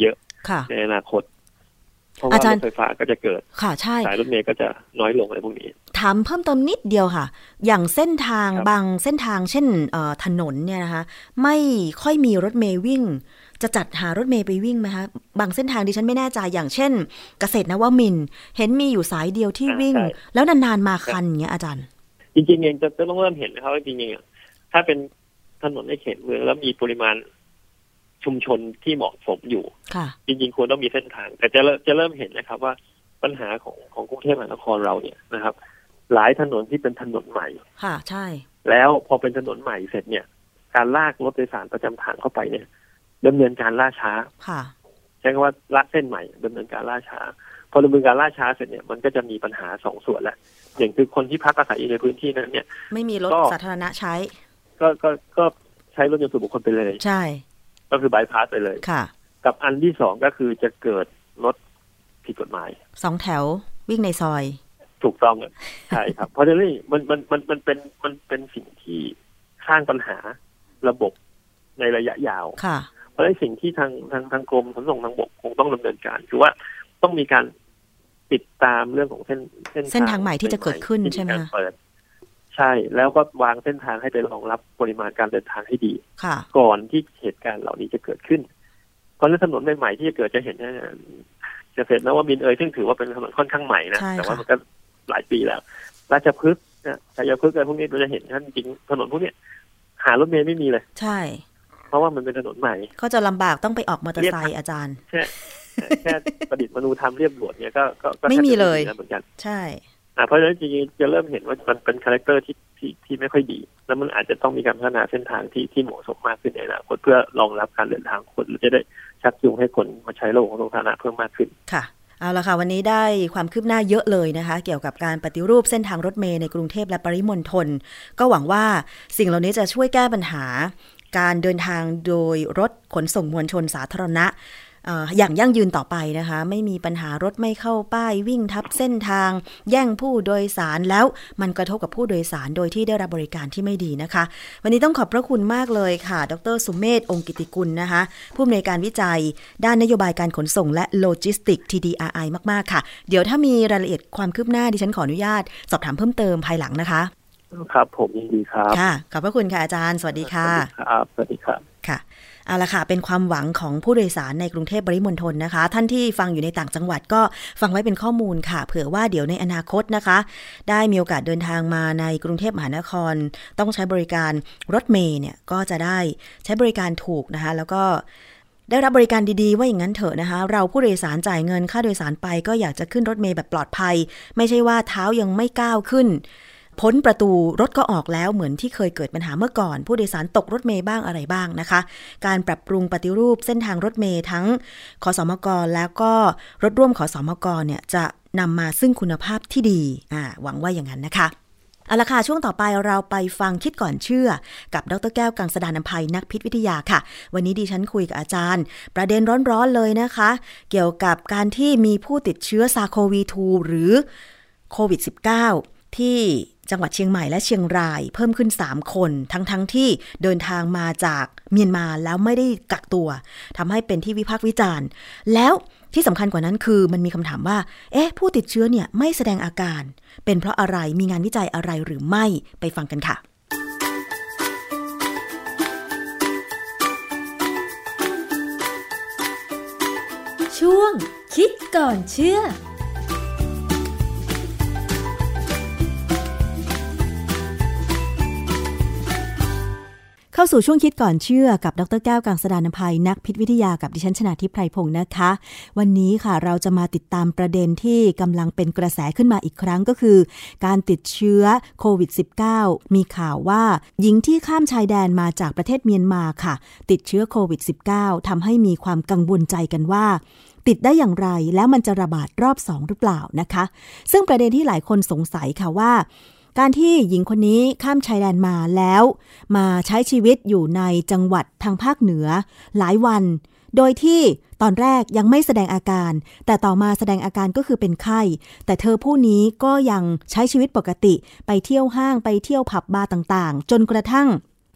ในอนาคตเพราะว่ารถไฟฟ้าก็จะเกิดค่ะใช่สายรถเมล์ก็จะน้อยลงอะไรพวกนี้ถามเพิ่มเติมนิดเดียวค่ะอย่างเส้นทางบางเส้นทางเช่นถนนเนี่ยนะคะไม่ค่อยมีรถเมล์วิ่งจะจัดหารถเมล์ไปวิ่งไหมคะบางเส้นทางดิฉันไม่แน่ใจอย่างเช่นเกษตรนวมินทร์เห็นมีอยู่สายเดียวที่วิ่งแล้วนานๆมาคันอย่างเงี้ยอาจารย์จริงๆเองจะต้องเริ่มเห็นนะครับว่าจริงๆถ้าเป็นถนนในเขตเมืองแล้วมีปริมาณชุมชนที่เหมาะสมอยู่จริงๆควรต้องมีเส้นทางแต่จะจะเริ่มเห็นนะครับว่าปัญหาของของกรุงเทพมหานครเราเนี่ยนะครับหลายถนนที่เป็นถนนใหม่ค่ะใช่แล้วพอเป็นถนนใหม่เสร็จเนี่ยการลากรถโดยสารประจำทางเข้าไปเนี่ยดำเนินการล่าช้าค่ะใช้คำว่าลากเส้นใหม่ดำเนินการล่าช้าพอดำเนินการล่าช้าเสร็จเนี่ยมันก็จะมีปัญหาสองส่วนแหละอย่างคือคนที่พักอาศัยอยู่ในพื้นที่นั้นเนี่ยไม่มีรถสาธารณะใช้ก็ก็ก็ใช้รถยนต์ส่วนบุคคลไปเลยใช่ก็คือบายพาสไปเลยค่ะกับอันที่สองก็คือจะเกิดรถผิดกฎหมายสองแถววิ่งในซอยถูกต้องใช่ครับเพราะฉะนั้นมันมันมันมันเป็นมันเป็นสิ่งที่สร้างปัญหาระบบในระยะยาวค่ะเพราะฉะนั้นสิ่งที่ทางทางทางกรมขนส่งทางบกคงต้องดำเนินการคือว่าต้องมีการติดตามเรื่องของเส้นเส้นเส้นทางใหม่ที่จะเกิดขึ้นใช่ไหมเปิดใช่แล้วก็วางเส้นทางให้ไปรองรับปริมาณการเดินทางให้ดีก่อนที่เหตุการณ์เหล่านี้จะเกิดขึ้นเพราะฉะนั้นถนนใหม่ๆที่จะเกิดจะเห็นเกษตรนวมินทร์เอ่ยซึ่งถือว่าเป็นถนนค่อนข้างใหม่นะแต่ว่ามันก็หลายปีแล้วราชพฤกษ์นะชัยพฤกษ์อะไรพวกนี้เราจะเห็นท่านจริงถนนพวกนี้หารถเมล์ไม่มีเลยใช่เพราะว่ามันเป็นถนนใหม่ก็จะลำบากต้องไปออกมอเตอร์ไซค์อาจารย์แค่แค่ประดิษฐ์มนูธรรมเรียบด่วนเนี่ยก็ก็ไม่มีเลยเหมือนกันใช่เพราะฉะนั้นจริงๆจะเริ่มเห็นว่ามันเป็นคาแรคเตอร์ที่ที่ที่ไม่ค่อยดีแล้วมันอาจจะต้องมีการพัฒนาเส้นทางที่ที่เหมาะสมมากขึ้นในอนาคตเพื่อรองรับการเดินทางคนและจะได้ชักจูงให้คนมาใช้ระบบขนส่งสาธารณะเพิ่มมากขึ้นค่ะเอาละค่ะวันนี้ได้ความคืบหน้าเยอะเลยนะคะเกี่ยวกับการปฏิรูปเส้นทางรถเมล์ในกรุงเทพและปริมณฑลก็หวังว่าสิ่งเหล่านี้จะช่วยแก้ปัญหาการเดินทางโดยรถขนส่งมวลชนสาธารณะอย่างยั่งยืนต่อไปนะคะไม่มีปัญหารถไม่เข้าป้ายวิ่งทับเส้นทางแย่งผู้โดยสารแล้วมันกระทบกับผู้โดยสารโดยที่ได้รับบริการที่ไม่ดีนะคะวันนี้ต้องขอบพระคุณมากเลยค่ะดร.สุเมธ องค์กิติกุลนะคะผู้อำนวยการวิจัยด้านนโยบายการขนส่งและโลจิสติก ที ดี อาร์ ไอ มากๆค่ะเดี๋ยวถ้ามีรายละเอียดความคืบหน้าดิฉันขออนุญาตสอบถามเพิ่มเติมภายหลังนะคะครับผมยินดีครับค่ะขอบพระคุณค่ะอาจารย์สวัสดีค่ะครับสวัสดีครับค่ะเอาละค่ะเป็นความหวังของผู้โดยสารในกรุงเทพปริมณฑลนะคะท่านที่ฟังอยู่ในต่างจังหวัดก็ฟังไว้เป็นข้อมูลค่ะเผื่อว่าเดี๋ยวในอนาคตนะคะได้มีโอกาสเดินทางมาในกรุงเทพมหานครต้องใช้บริการรถเมล์เนี่ยก็จะได้ใช้บริการถูกนะคะแล้วก็ได้รับบริการดีๆว่าอย่างนั้นเถอะนะคะเราผู้โดยสารจ่ายเงินค่าโดยสารไปก็อยากจะขึ้นรถเมล์แบบปลอดภัยไม่ใช่ว่าเท้ายังไม่ก้าวขึ้นพ้นประตูรถก็ออกแล้วเหมือนที่เคยเกิดปัญหาเมื่อก่อนผู้โดยสารตกรถเมล์บ้างอะไรบ้างนะคะการปรับปรุงปฏิรูปเส้นทางรถเมล์ทั้งขสมกแล้วก็รถร่วมขสมกเนี่ยจะนำมาซึ่งคุณภาพที่ดีอ่าหวังว่าอย่างนั้นนะคะเอาละค่ะช่วงต่อไปเราไปฟังคิดก่อนเชื่อกับดร.แก้วกังสดาลอำไพนักพิษวิทยาค่ะวันนี้ดิฉันคุยกับอาจารย์ประเด็นร้อนๆเลยนะคะเกี่ยวกับการที่มีผู้ติดเชื้อซาร์โควี ทู หรือโควิด สิบเก้า ที่จังหวัดเชียงใหม่และเชียงรายเพิ่มขึ้นสามคนทั้งๆ ท, ที่เดินทางมาจากเมียนมาแล้วไม่ได้กักตัวทำให้เป็นที่วิพากษ์วิจารณ์แล้วที่สำคัญกว่านั้นคือมันมีคำถามว่าเอ๊ะผู้ติดเชื้อเนี่ยไม่แสดงอาการเป็นเพราะอะไรมีงานวิจัยอะไรหรือไม่ไปฟังกันค่ะช่วงคิดก่อนเชื่อเข้าสู่ช่วงคิดก่อนเชื่อกับดร.แก้วกังสดาลอำไพนักพิษวิทยากับดิฉันชนาทิพย์ไพรพงศ์นะคะวันนี้ค่ะเราจะมาติดตามประเด็นที่กำลังเป็นกระแสขึ้นมาอีกครั้งก็คือการติดเชื้อโควิด สิบเก้า มีข่าวว่าหญิงที่ข้ามชายแดนมาจากประเทศเมียนมาค่ะติดเชื้อโควิด สิบเก้า ทำให้มีความกังวลใจกันว่าติดได้อย่างไรแล้วมันจะระบาดรอบสองหรือเปล่านะคะซึ่งประเด็นที่หลายคนสงสัยค่ะว่าการที่หญิงคนนี้ข้ามชายแดนมาแล้วมาใช้ชีวิตอยู่ในจังหวัดทางภาคเหนือหลายวันโดยที่ตอนแรกยังไม่แสดงอาการแต่ต่อมาแสดงอาการก็คือเป็นไข้แต่เธอผู้นี้ก็ยังใช้ชีวิตปกติไปเที่ยวห้างไปเที่ยวผับบาร์ต่างๆจนกระทั่ง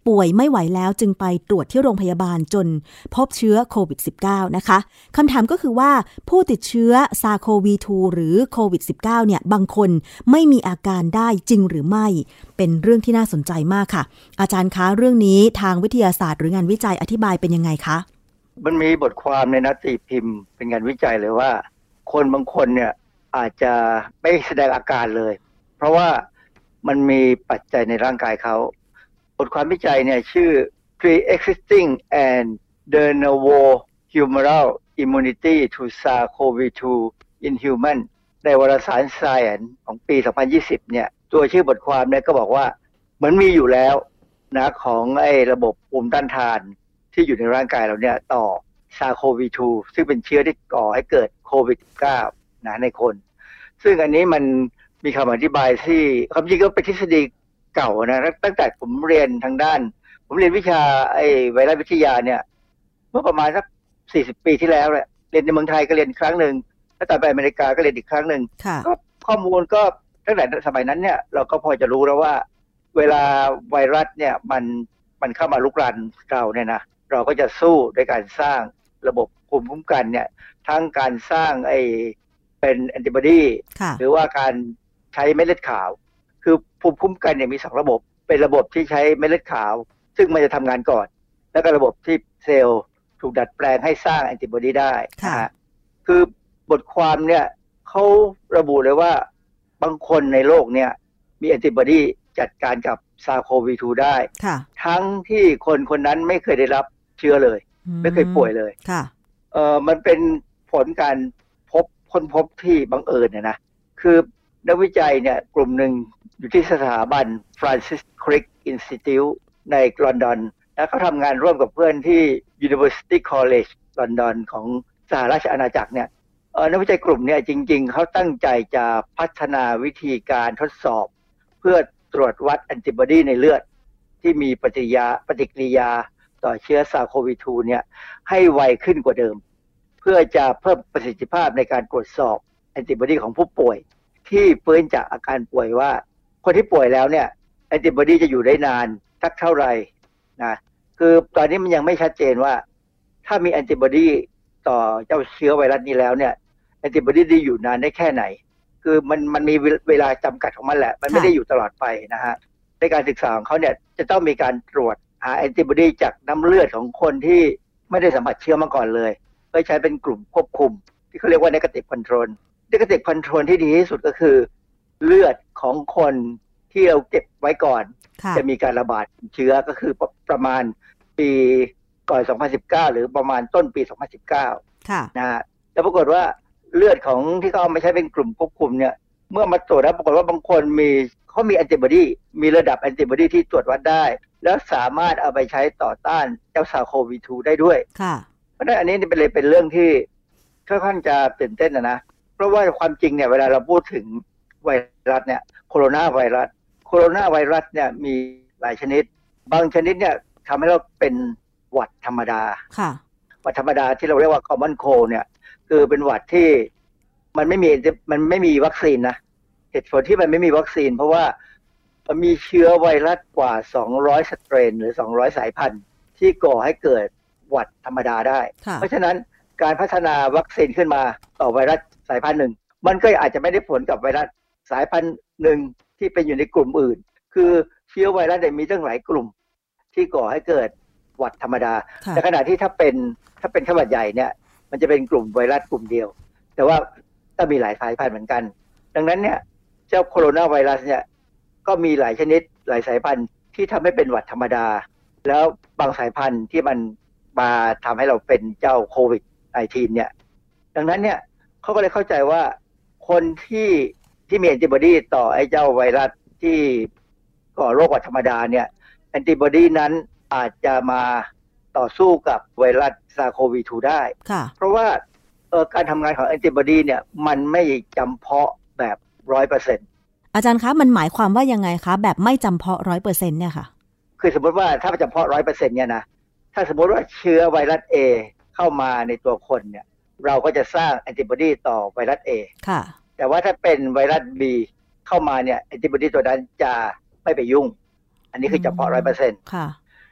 ป่วยไม่ไหวแล้วจึงไปตรวจที่โรงพยาบาลจนพบเชื้อโควิด สิบเก้า นะคะคำถามก็คือว่าผู้ติดเชื้อซาร์โควี ทู หรือโควิด สิบเก้า เนี่ยบางคนไม่มีอาการได้จริงหรือไม่เป็นเรื่องที่น่าสนใจมากค่ะอาจารย์คะเรื่องนี้ทางวิทยาศาสตร์หรืองานวิจัยอธิบายเป็นยังไงคะมันมีบทความในหนังสือพิมพ์เป็นงานวิจัยเลยว่าคนบางคนเนี่ยอาจจะไม่แสดงอาการเลยเพราะว่ามันมีปัจจัยในร่างกายเขาบทความวิจัยเนี่ยชื่อ Pre-existing and de novo humoral immunity to ซาร์โควี ทู in human ในวารสาร Science ของปี สองพันยี่สิบ เนี่ยตัวชื่อบทความเนี่ยก็บอกว่าเหมือนมีอยู่แล้วนะของไอ้ระบบภูมิต้านทานที่อยู่ในร่างกายเราเนี่ยต่อ ซาร์โควี ทู ซึ่งเป็นเชื้อที่ก่อให้เกิดโควิด สิบเก้า นะในคนซึ่งอันนี้มันมีคำอธิบายที่ความจริงก็เป็นทฤษฎีเก่านะตั้งแต่ผมเรียนทางด้านผมเรียนวิชาไอ้ไวรัสวิทยาเนี่ยเมื่อประมาณสักสี่สิบปีที่แล้วแหละเรียนในเมืองไทยก็เรียนครั้งนึงแล้วต่อไปอเมริกาก็เรียนอีกครั้งนึงก็ข้อมูลก็ตั้งแต่สมัยนั้นเนี่ยเราก็พอจะรู้แล้วว่าเวลาไวรัสเนี่ยมันมันเข้ามาลุกรานเราเนี่ยนะเราก็จะสู้ด้วยการสร้างระบบภูมิคุ้มกันเนี่ยทั้งการสร้างไอ้เป็นแอนติบอดีหรือว่าการใช้เม็ดเลือดขาวคือภูมิคุ้มกันเนี่ยมีสองระบบเป็นระบบที่ใช้เม็ดเลือดขาวซึ่งมันจะทำงานก่อนแล้วก็ระบบที่เซลล์ถูกดัดแปลงให้สร้างแอนติบอดีได้นะฮะคือบทความเนี่ยเขาระบุเลยว่าบางคนในโลกเนี่ยมีแอนติบอดีจัดการกับซาร์โควี ทู ได้ทั้งที่คนคนนั้นไม่เคยได้รับเชื้อเลยไม่เคยป่วยเลยเออมันเป็นผลการพบค้นพบที่บังเอิญเนี่ยนะคือนักวิจัยเนี่ยกลุ่มหนึ่งอยู่ที่สถาบัน Francis Crick Institute ในลอนดอนแล้วเขาทำงานร่วมกับเพื่อนที่ University College London ของสหราชอาณาจักรเนี่ยเออนักวิจัยกลุ่มเนี่ยจริงๆเขาตั้งใจจะพัฒนาวิธีการทดสอบเพื่อตรวจวัดแอนติบอดีในเลือดที่มีปฏิกิริยาปฏิกิริยาต่อเชื้อซาร์โควี ทู เนี่ยให้ไวขึ้นกว่าเดิมเพื่อจะเพิ่มประสิทธิภาพในการตรวจสอบแอนติบอดีของผู้ป่วยที่ฟื้นจากอาการป่วยว่าคนที่ป่วยแล้วเนี่ยแอนติบอดีจะอยู่ได้นานสักเท่าไหร่นะคือตอนนี้มันยังไม่ชัดเจนว่าถ้ามีแอนติบอดีต่อเจ้าเชื้อไวรัสนี้แล้วเนี่ยแอนติบอดีจะอยู่นานได้แค่ไหนคือมันมันมีเวลาจำกัดของมันแหละมันไม่ได้อยู่ตลอดไปนะฮะในการศึกษาของเขาเนี่ยจะต้องมีการตรวจหาแอนติบอดีจากน้ำเลือดของคนที่ไม่ได้สัมผัสเชื้อมาก่อนเลยเพื่อใช้เป็นกลุ่มควบคุมที่เขาเรียกว่า negative control negative control ที่ดีที่สุดก็คือเลือดของคนที่เราเก็บไว้ก่อนจะมีการระบาดเชื้อก็คือประมาณปีก่อน สองพันสิบเก้า หรือประมาณต้นปี สองพันสิบเก้า นะฮะแล้วปรากฏว่าเลือดของที่เขาเอามาใช้เป็นกลุ่มควบคุมเนี่ยเมื่อมาตรวจแล้วปรากฏว่าบางคนมีเขามีแอนติบอดีมีระดับแอนติบอดีที่ตรวจวัดได้แล้วสามารถเอาไปใช้ต่อต้านเจ้าซาร์โควี ทู ได้ด้วยเพราะฉะนั้นอันนี้เป็นเลยเป็นเรื่องที่ค่อนข้างจะตื่นเต้นนะนะเพราะว่าความจริงเนี่ยเวลาเราพูดถึงไวรัสเนี่ยโคโรนาไวรัสโคโรนาไวรัสเนี่ยมีหลายชนิดบางชนิดเนี่ยทำให้เราเป็นหวัดธรรมดาหวัดธรรมดาที่เราเรียกว่า common cold เนี่ยคือเป็นหวัดที่มันไม่มีมันไม่มีวัคซีนนะเหตุผลที่มันไม่มีวัคซีนเพราะว่ามันมีเชื้อไวรัสกว่าสองร้อยสเตรนหรือสองร้อยสายพันธุ์ที่ก่อให้เกิดหวัดธรรมดาได้เพราะฉะนั้นการพัฒนาวัคซีนขึ้นมาต่อไวรัสสายพันธุ์หนึ่งมันก็อาจจะไม่ได้ผลกับไวรัสสายพันธุ์หนึ่งที่เป็นอยู่ในกลุ่มอื่นคือเชื้อไวรัสเนี่ยมีตั้งหลายกลุ่มที่ก่อให้เกิดหวัดธรรมดาในขณะที่ถ้าเป็นถ้าเป็นไข้หวัดใหญ่เนี่ยมันจะเป็นกลุ่มไวรัสกลุ่มเดียวแต่ว่าก็มีหลายสายพันธุ์เหมือนกันดังนั้นเนี่ยเจ้าโคโรนาไวรัสเนี่ยก็มีหลายชนิดหลายสายพันธุ์ที่ทำให้เป็นหวัดธรรมดาแล้วบางสายพันธุ์ที่มันมาทำให้เราเป็นเจ้าโควิด สิบเก้า เนี่ยดังนั้นเนี่ยเขาก็เลยเข้าใจว่าคนที่ที่มีแอนติบอดีต่อไอ้เจ้าไวรัสที่ก่อโรคหวัดธรรมดาเนี่ยแอนติบอดีนั้นอาจจะมาต่อสู้กับไวรัสซาร์โควี ทู ได้เพราะว่าเอ่อการทำงานของแอนติบอดีเนี่ยมันไม่จำเพาะแบบ ร้อยเปอร์เซ็นต์อาจารย์คะมันหมายความว่ายังไงคะแบบไม่จำเพาะ ร้อยเปอร์เซ็นต์ เนี่ยค่ะคือสมมติว่าถ้าจำเพาะ ร้อยเปอร์เซ็นต์ เนี่ยนะถ้าสมมติว่าเชื้อไวรัส A เข้ามาในตัวคนเนี่ยเราก็จะสร้างแอนติบอดีต่อไวรัส A ค่ะแต่ว่าถ้าเป็นไวรัส B เข้ามาเนี่ยแอนติบอดีตัวนั้นจะไม่ไปยุ่งอันนี้คือจำเพาะ ร้อยเปอร์เซ็นต์ค่ะ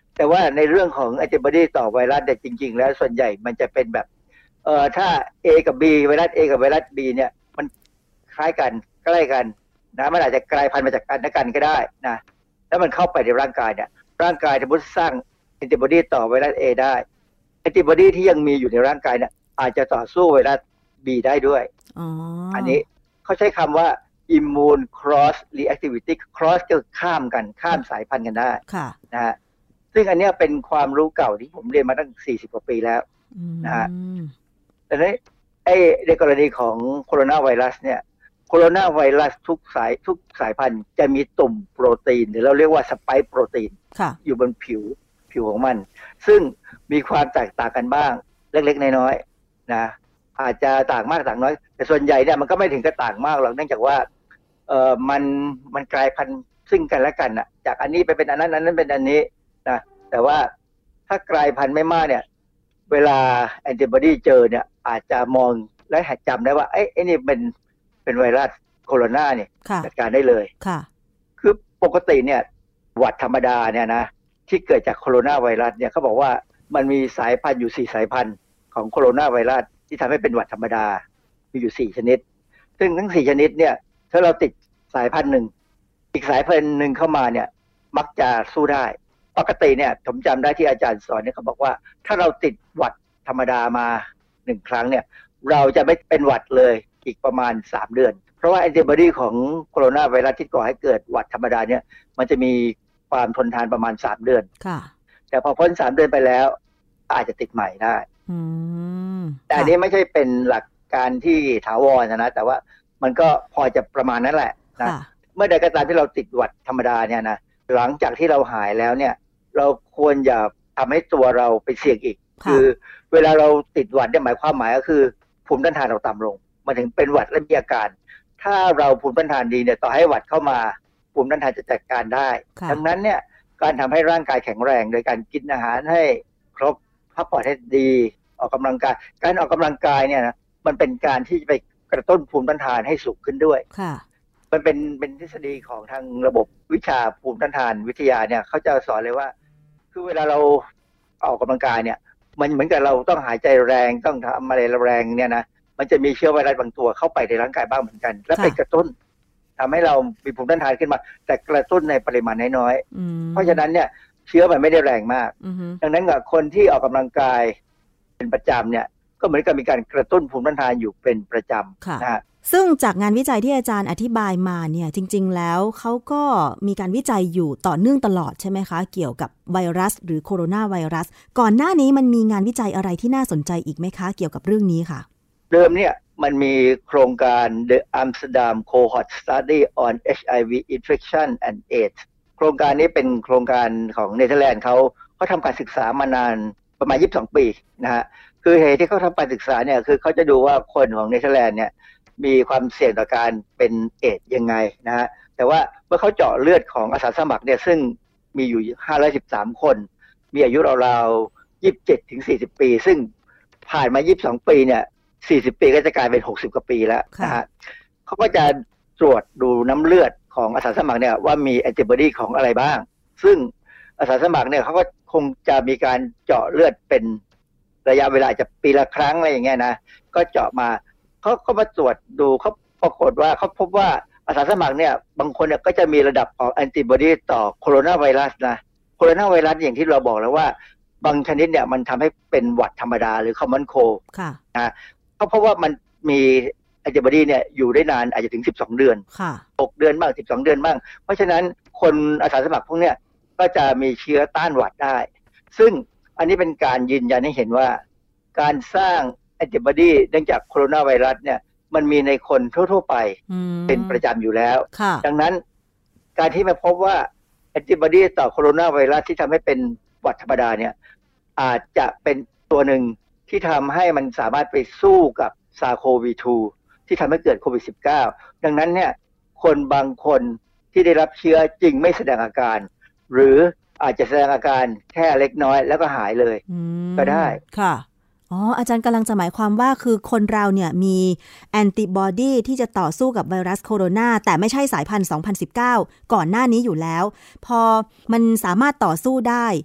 แต่ว่าในเรื่องของแอนติบอดีต่อไวรัสเนี่ยจริงๆแล้วส่วนใหญ่มันจะเป็นแบบเอ่อถ้า A กับ B ไวรัส A กับไวรัส B เนี่ยมันคล้ายกันใกล้กันนะมันอาจจะกลายพันธุ์มาจากกันและกันก็ได้นะแล้วมันเข้าไปในร่างกายเนี่ยร่างกายสมมติสร้างแอนติบอดีต่อไวรัส A ได้แอนติบอดีที่ยังมีอยู่ในร่างกายเนี่ยอาจจะต่อสู้ไวรัส B ได้ด้วยอ๋ออันนี้เขาใช้คำว่า immune cross reactivity cross ก็ข้ามกันข้ามสายพันธุ์กันได้นะฮะซึ่งอันนี้เป็นความรู้เก่าที่ผมเรียนมาตั้งสี่สิบกว่าปีแล้วนะฮะแต่ในไอ้ในกรณีของโคโรนาไวรัสเนี่ยโคโรนาไวรัสทุกสายทุกสายพันธุ์จะมีตุ่มโปรตีนหรือเราเรียกว่าสไปค์โปรตีนอยู่บนผิวผิวของมันซึ่งมีความแตกต่างกันบ้างเล็กๆน้อยๆนะอาจจะต่างมากต่างน้อยแต่ส่วนใหญ่เนี่ยมันก็ไม่ถึงกับต่างมากหรอกเนื่องจากว่าเอ่อมันมันกลายพันธุ์ซึ่งกันและกันน่ะจากอันนี้ไปเป็นอันนั้นอันนั้นเป็นอันนี้นะแต่ว่าถ้ากลายพันธุ์ไม่มากเนี่ยเวลาแอนติบอดีเจอเนี่ยอาจจะมองและหัดจำได้ว่าไอ้ไอ้นี่เป็นเป็นไวรัสโคโรนาเนี่ยจัดการได้เลยค่ะคือปกติเนี่ยหวัดธรรมดาเนี่ยนะที่เกิดจากโคโรนาไวรัสเนี่ยเขาบอกว่ามันมีสายพันธุ์อยู่สี่สายพันธุ์ของโคโรนาไวรัสที่ทำให้เป็นหวัดธรรมดามีอยู่สี่ชนิดซึ่งทั้งสี่ชนิดเนี่ยถ้าเราติดสายพันธุ์หนึ่งอีกสายพันธุ์หนึ่งเข้ามาเนี่ยมักจะสู้ได้ปกติเนี่ยผมจำได้ที่อาจารย์สอนเนี่ยเขาบอกว่าถ้าเราติดหวัดธรรมดามาหนึ่งครั้งเนี่ยเราจะไม่เป็นหวัดเลยอีกประมาณสามเดือนเพราะว่าแอนติบอดีของโคโรนาไวรัสที่ก่อให้เกิดหวัดธรรมดาเนี่ยมันจะมีความทนทานประมาณสามเดือนค่ะแต่พอพ้นสามเดือนไปแล้วอาจจะติดใหม่ได้แต่อันนี้ไม่ใช่เป็นหลักการที่ถาวรนะแต่ว่ามันก็พอจะประมาณนั้นแหละนะเมื่อใดก็ตามที่เราติดหวัดธรรมดาเนี่ยนะหลังจากที่เราหายแล้วเนี่ยเราควรอย่าทำให้ตัวเราไปเสี่ยงอีกคือเวลาเราติดหวัดเนี่ยหมายความหมายก็คือภูมิต้านทานเราต่ำลงมาถึงเป็นหวัดและมีอาการถ้าเราภูมิต้านทานดีเนี่ยต่อให้หวัดเข้ามาภูมิต้านทานจะจัดการได้ดังนั้นเนี่ยการทำให้ร่างกายแข็งแรงโดยการกินอาหารให้ครบพักผ่อนให้ดีออกกำลังกายการออกกำลังกายเนี่ยนะมันเป็นการที่จะไปกระตุ้นภูมิต้านทานให้สูงขึ้นด้วยมันเป็นเป็นทฤษฎีของทางระบบวิชาภูมิต้านทานวิทยาเนี่ยเขาจะสอนเลยว่าคือเวลาเราออกกำลังกายเนี่ยมันเหมือนกับเราต้องหายใจแรงต้องทำอะไรแรงเนี่ยนะมันจะมีเชื้อไวรัสบางตัวเข้าไปในร่างกายบ้างเหมือนกันและไปกระตุ้นทำให้เรามีภูมิต้านทานขึ้นมาแต่กระตุ้นในปริมาณน้อยๆเพราะฉะนั้นเนี่ยเชื้อมันไม่ได้แรงมากดังนั้นกับคนที่ออกกำลังกายเป็นประจำเนี่ยก็เหมือนกับมีการกระตุ้นภูมิต้านทานอยู่เป็นประจำนะฮะซึ่งจากงานวิจัยที่อาจารย์อธิบายมาเนี่ยจริงๆแล้วเขาก็มีการวิจัยอยู่ต่อเนื่องตลอดใช่ไหมคะเกี่ยวกับไวรัสหรือโคโรนาไวรัสก่อนหน้านี้มันมีงานวิจัยอะไรที่น่าสนใจอีกไหมคะเกี่ยวกับเรื่องนี้ค่ะเดิมเนี่ยมันมีโครงการ The Amsterdam Cohort Study on เอช ไอ วี Infection and AIDS โครงการนี้เป็นโครงการของเนเธอร์แลนด์เขาเขาทำการศึกษามานานประมาณยี่สิบสองปีนะฮะคือเหตุที่เขาทำการศึกษาเนี่ยคือเขาจะดูว่าคนของเนเธอร์แลนด์เนี่ยมีความเสี่ยงต่อการเป็นเอดส์ยังไงนะฮะแต่ว่าเมื่อเขาเจาะเลือดของอาสาสมัครเนี่ยซึ่งมีอยู่ห้าร้อยสิบสามคนมีอายุราวๆยี่สิบเจ็ดถึงสี่สิบปีซึ่งผ่านมายี่สิบสองปีเนี่ยสี่สิบปีก็จะกลายเป็นหกสิบกว่าปีแล้วนะฮะเขาก็จะตรวจดูน้ำเลือดของอาสาสมัครเนี่ยว่ามีแอนติบอดีของอะไรบ้างซึ่งอาสาสมัครเนี่ยเขาก็คงจะมีการเจาะเลือดเป็นระยะเวลาจะปีละครั้งอะไรอย่างเงี้ยนะก็เจาะมาเขาก็มาตรวจดูเขาปรากฏว่าเขาพบว่าอาสาสมัครเนี่ยบางคนเนี่ยก็จะมีระดับของแอนติบอดีต่อโคโรนาไวรัสนะโคโรนาไวรัสอย่างที่เราบอกแล้วว่าบางชนิดเนี่ยมันทำให้เป็นหวัดธรรมดาหรือ common cold ค่ะนะเขาพบว่ามันมีแอนติบอดีเนี่ยอยู่ได้นานอาจจะถึงสิบสองเดือนค่ะหกเดือนบ้างสิบสองเดือนบ้างเพราะฉะนั้นคนอาสาสมัครพวกเนี้ยก็จะมีเชื้อต้านหวัดได้ซึ่งอันนี้เป็นการยืนยันให้เห็นว่าการสร้างแอนติบอดีเนื่องจากโคโรนาไวรัสเนี่ยมันมีในคนทั่วๆไปเป็นประจำอยู่แล้วดังนั้นการที่มาพบว่าแอนติบอดีต่อโคโรนาไวรัสที่ทำให้เป็นหวัดธรรมดาเนี่ยอาจจะเป็นตัวหนึ่งที่ทำให้มันสามารถไปสู้กับซาร์โควี ทู ที่ทำให้เกิดโควิด สิบเก้า ดังนั้นเนี่ยคนบางคนที่ได้รับเชื้อจริงไม่แสดงอาการหรืออาจจะแสดงอาการแค่เล็กน้อยแล้วก็หายเลยก็ได้ค่ะอ๋ออาจารย์กำลังจะหมายความว่าคือคนเราเนี่ยมีแอนติบอดีที่จะต่อสู้กับไวรัสโคโรนาแต่ไม่ใช่สายพันธุ์สองพันสิบเก้าก่อนหน้านี้อยู่แล้วพอมันสามารถต่อสู้ได้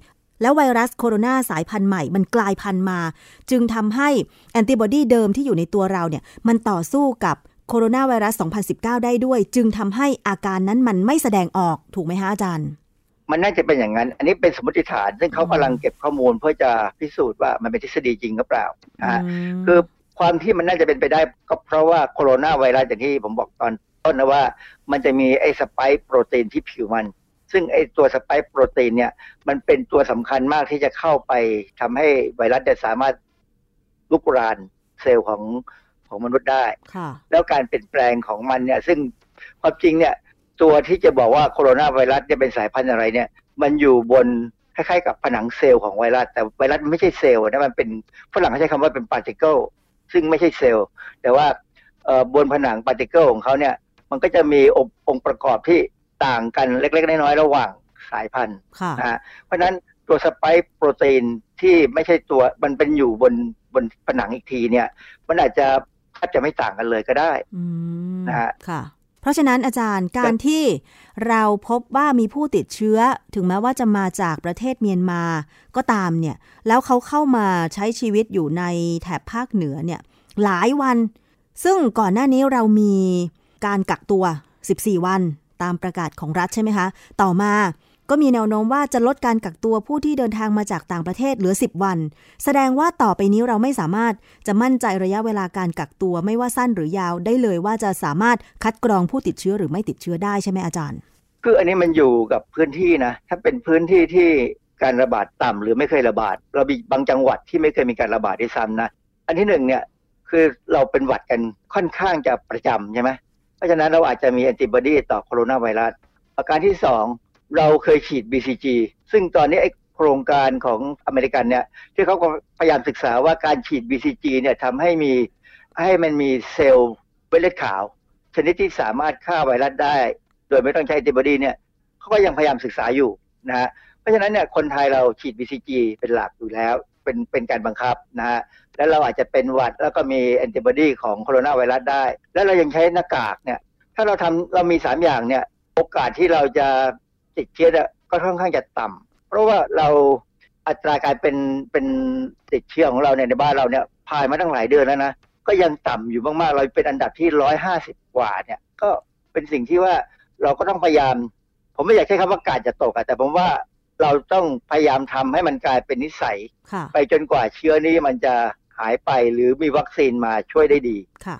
แล้วไวรัสโคโรนาสายพันธุ์ใหม่มันกลายพันธุ์มาจึงทำให้แอนติบอดีเดิมที่อยู่ในตัวเราเนี่ยมันต่อสู้กับโคโรนาไวรัสสองพันสิบเก้าได้ด้วยจึงทำให้อาการนั้นมันไม่แสดงออกถูกไหมฮะอาจารย์มันน่าจะเป็นอย่างนั้นอันนี้เป็นสมมติฐานซึ่งเขากำลังเก็บข้อมูลเพื่อจะพิสูจน์ว่ามันเป็นทฤษฎีจริงหรือเปล่านะฮะคือความที่มันน่าจะเป็นไปได้ก็เพราะว่าโคโรนาไวรัสอย่างที่ผมบอกตอนต้นนะว่ามันจะมีไอ้สไปค์โปรตีนที่ผิวมันซึ่งไอ้ตัวสไปค์โปรตีนเนี่ยมันเป็นตัวสำคัญมากที่จะเข้าไปทำให้ไวรัสเนี่ยสามารถลุกรานเซลล์ของของมนุษย์ได้แล้วการเปลี่ยนแปลงของมันเนี่ยซึ่งความจริงเนี่ยตัวที่จะบอกว่าโคโรนาไวรัสจะเป็นสายพันธุ์อะไรเนี่ยมันอยู่บนคล้ายๆกับผนังเซลล์ของไวรัสแต่ไวรัสมันไม่ใช่เซลล์นะมันเป็นฝรั่งเขาใช้คำว่าเป็นพาร์ติเคิลซึ่งไม่ใช่เซลล์แต่ว่าบนผนังพาร์ติเคิลของเขาเนี่ยมันก็จะมีองค์ประกอบที่ต่างกันเล็กๆน้อยๆระหว่างสายพันธุ์นะฮะเพราะฉะนั้นตัวสไปค์โปรตีนที่ไม่ใช่ตัวมันเป็นอยู่บนบนผนังอีกทีเนี่ยมันอาจจะแทบจะไม่ต่างกันเลยก็ได้นะฮะค่ะเพราะฉะนั้นอาจารย์การที่เราพบว่ามีผู้ติดเชื้อถึงแม้ว่าจะมาจากประเทศเมียนมาก็ตามเนี่ยแล้วเขาเข้ามาใช้ชีวิตอยู่ในแถบภาคเหนือเนี่ยหลายวันซึ่งก่อนหน้านี้เรามีการกักตัวสิบสี่วันตามประกาศของรัฐใช่ไหมคะต่อมาก็มีแนวโน้มว่าจะลดการกักตัวผู้ที่เดินทางมาจากต่างประเทศเหลือสิบวันแสดงว่าต่อไปนี้เราไม่สามารถจะมั่นใจระยะเวลาการกักตัวไม่ว่าสั้นหรือยาวได้เลยว่าจะสามารถคัดกรองผู้ติดเชื้อหรือไม่ติดเชื้อได้ใช่ไหมอาจารย์คืออันนี้มันอยู่กับพื้นที่นะถ้าเป็นพื้นที่ที่การระบาดต่ำหรือไม่เคยระบาดเรามีบางจังหวัดที่ไม่เคยมีการระบาดด้วยซ้ำนะอันที่หนึ่งเนี่ยคือเราเป็นหวัดกันค่อนข้างจะประจำใช่ไหมเพราะฉะนั้นเราอาจจะมีแอนติบอดีต่อโคโรนาไวรัสประการที่สองเราเคยฉีด บี ซี จี ซึ่งตอนนี้ไอ้โครงการของอเมริกันเนี่ยที่เขาก็พยายามศึกษาว่าการฉีด บี ซี จี เนี่ยทำให้มีให้มันมีเซลล์เม็ดเลือดขาวชนิดที่สามารถฆ่าไวรัสได้โดยไม่ต้องใช้แอนติบอดีเนี่ยเขาก็ยังพยายามศึกษาอยู่นะฮะเพราะฉะนั้นเนี่ยคนไทยเราฉีด บี ซี จี เป็นหลักอยู่แล้วเป็นเป็นการบังคับนะฮะแล้วเราอาจจะเป็นหวัดแล้วก็มีแอนติบอดีของโคโรนาไวรัสได้แล้วเรายังใช้หน้ากากเนี่ยถ้าเราทำเรามีสามอย่างเนี่ยโอกาสที่เราจะติดเชื้อก็ค่อนข้างจะต่ำเพราะว่าเราอัตราการเป็นเป็นติดเชื้อของเราเนี่ยในบ้านเราเนี่ยผ่านมาตั้งหลายเดือนแล้วนะก็ยังต่ำอยู่มากๆเราเป็นอันดับที่หนึ่งร้อยห้าสิบกว่าเนี่ยก็เป็นสิ่งที่ว่าเราก็ต้องพยายามผมไม่อยากใช้คำว่ากาดจะตกแต่ผมว่าเราต้องพยายามทำให้มันกลายเป็นนิสัยไปจนกว่าเชื้อนี้มันจะหายไปหรือมีวัคซีนมาช่วยได้ดีค่ะ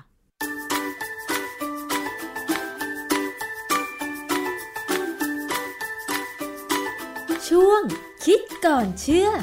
ช่วงคิดก่อนเชื่อ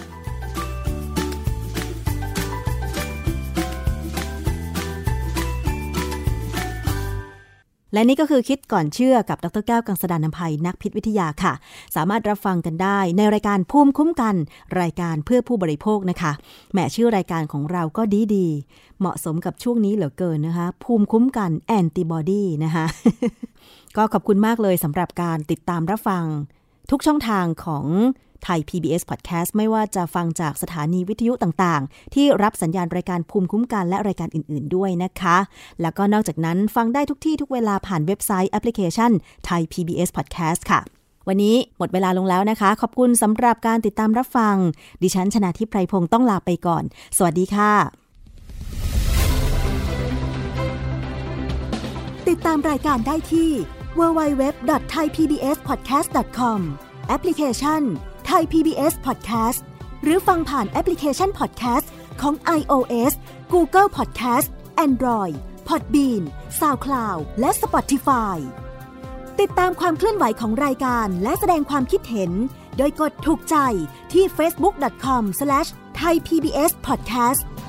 และนี่ก็คือคิดก่อนเชื่อกับดร.แก้วกังสดาลอำไพนักพิษวิทยาค่ะสามารถรับฟังกันได้ในรายการภูมิคุ้มกันรายการเพื่อผู้บริโภคนะคะแหมชื่อรายการของเราก็ดีๆเหมาะสมกับช่วงนี้เหลือเกินนะคะภูมิคุ้มกันแอนติบอดีนะคะ ก็ขอบคุณมากเลยสำหรับการติดตามรับฟังทุกช่องทางของไทย พี บี เอส Podcast ไม่ว่าจะฟังจากสถานีวิทยุต่างๆที่รับสัญญาณรายการภูมิคุ้มกันและรายการอื่นๆด้วยนะคะแล้วก็นอกจากนั้นฟังได้ทุกที่ทุกเวลาผ่านเว็บไซต์แอปพลิเคชัน Thai พี บี เอส Podcast ค่ะวันนี้หมดเวลาลงแล้วนะคะขอบคุณสำหรับการติดตามรับฟังดิฉันชนาธิปไพรพงศ์ต้องลาไปก่อนสวัสดีค่ะติดตามรายการได้ที่ ดับเบิลยู ดับเบิลยู ดับเบิลยู ดอท ไทย พี บี เอส พอดแคสต์ ดอท คอม แอปพลิเคชัน Thai พี บี เอส Podcast หรือฟังผ่านแอปพลิเคชัน Podcast ของ iOS Google Podcast Android Podbean SoundCloud และ Spotify ติดตามความเคลื่อนไหวของรายการและแสดงความคิดเห็นโดยกดถูกใจที่ เฟซบุ๊ก ดอท คอม สแลช ไทย พี บี เอส พอดแคสต์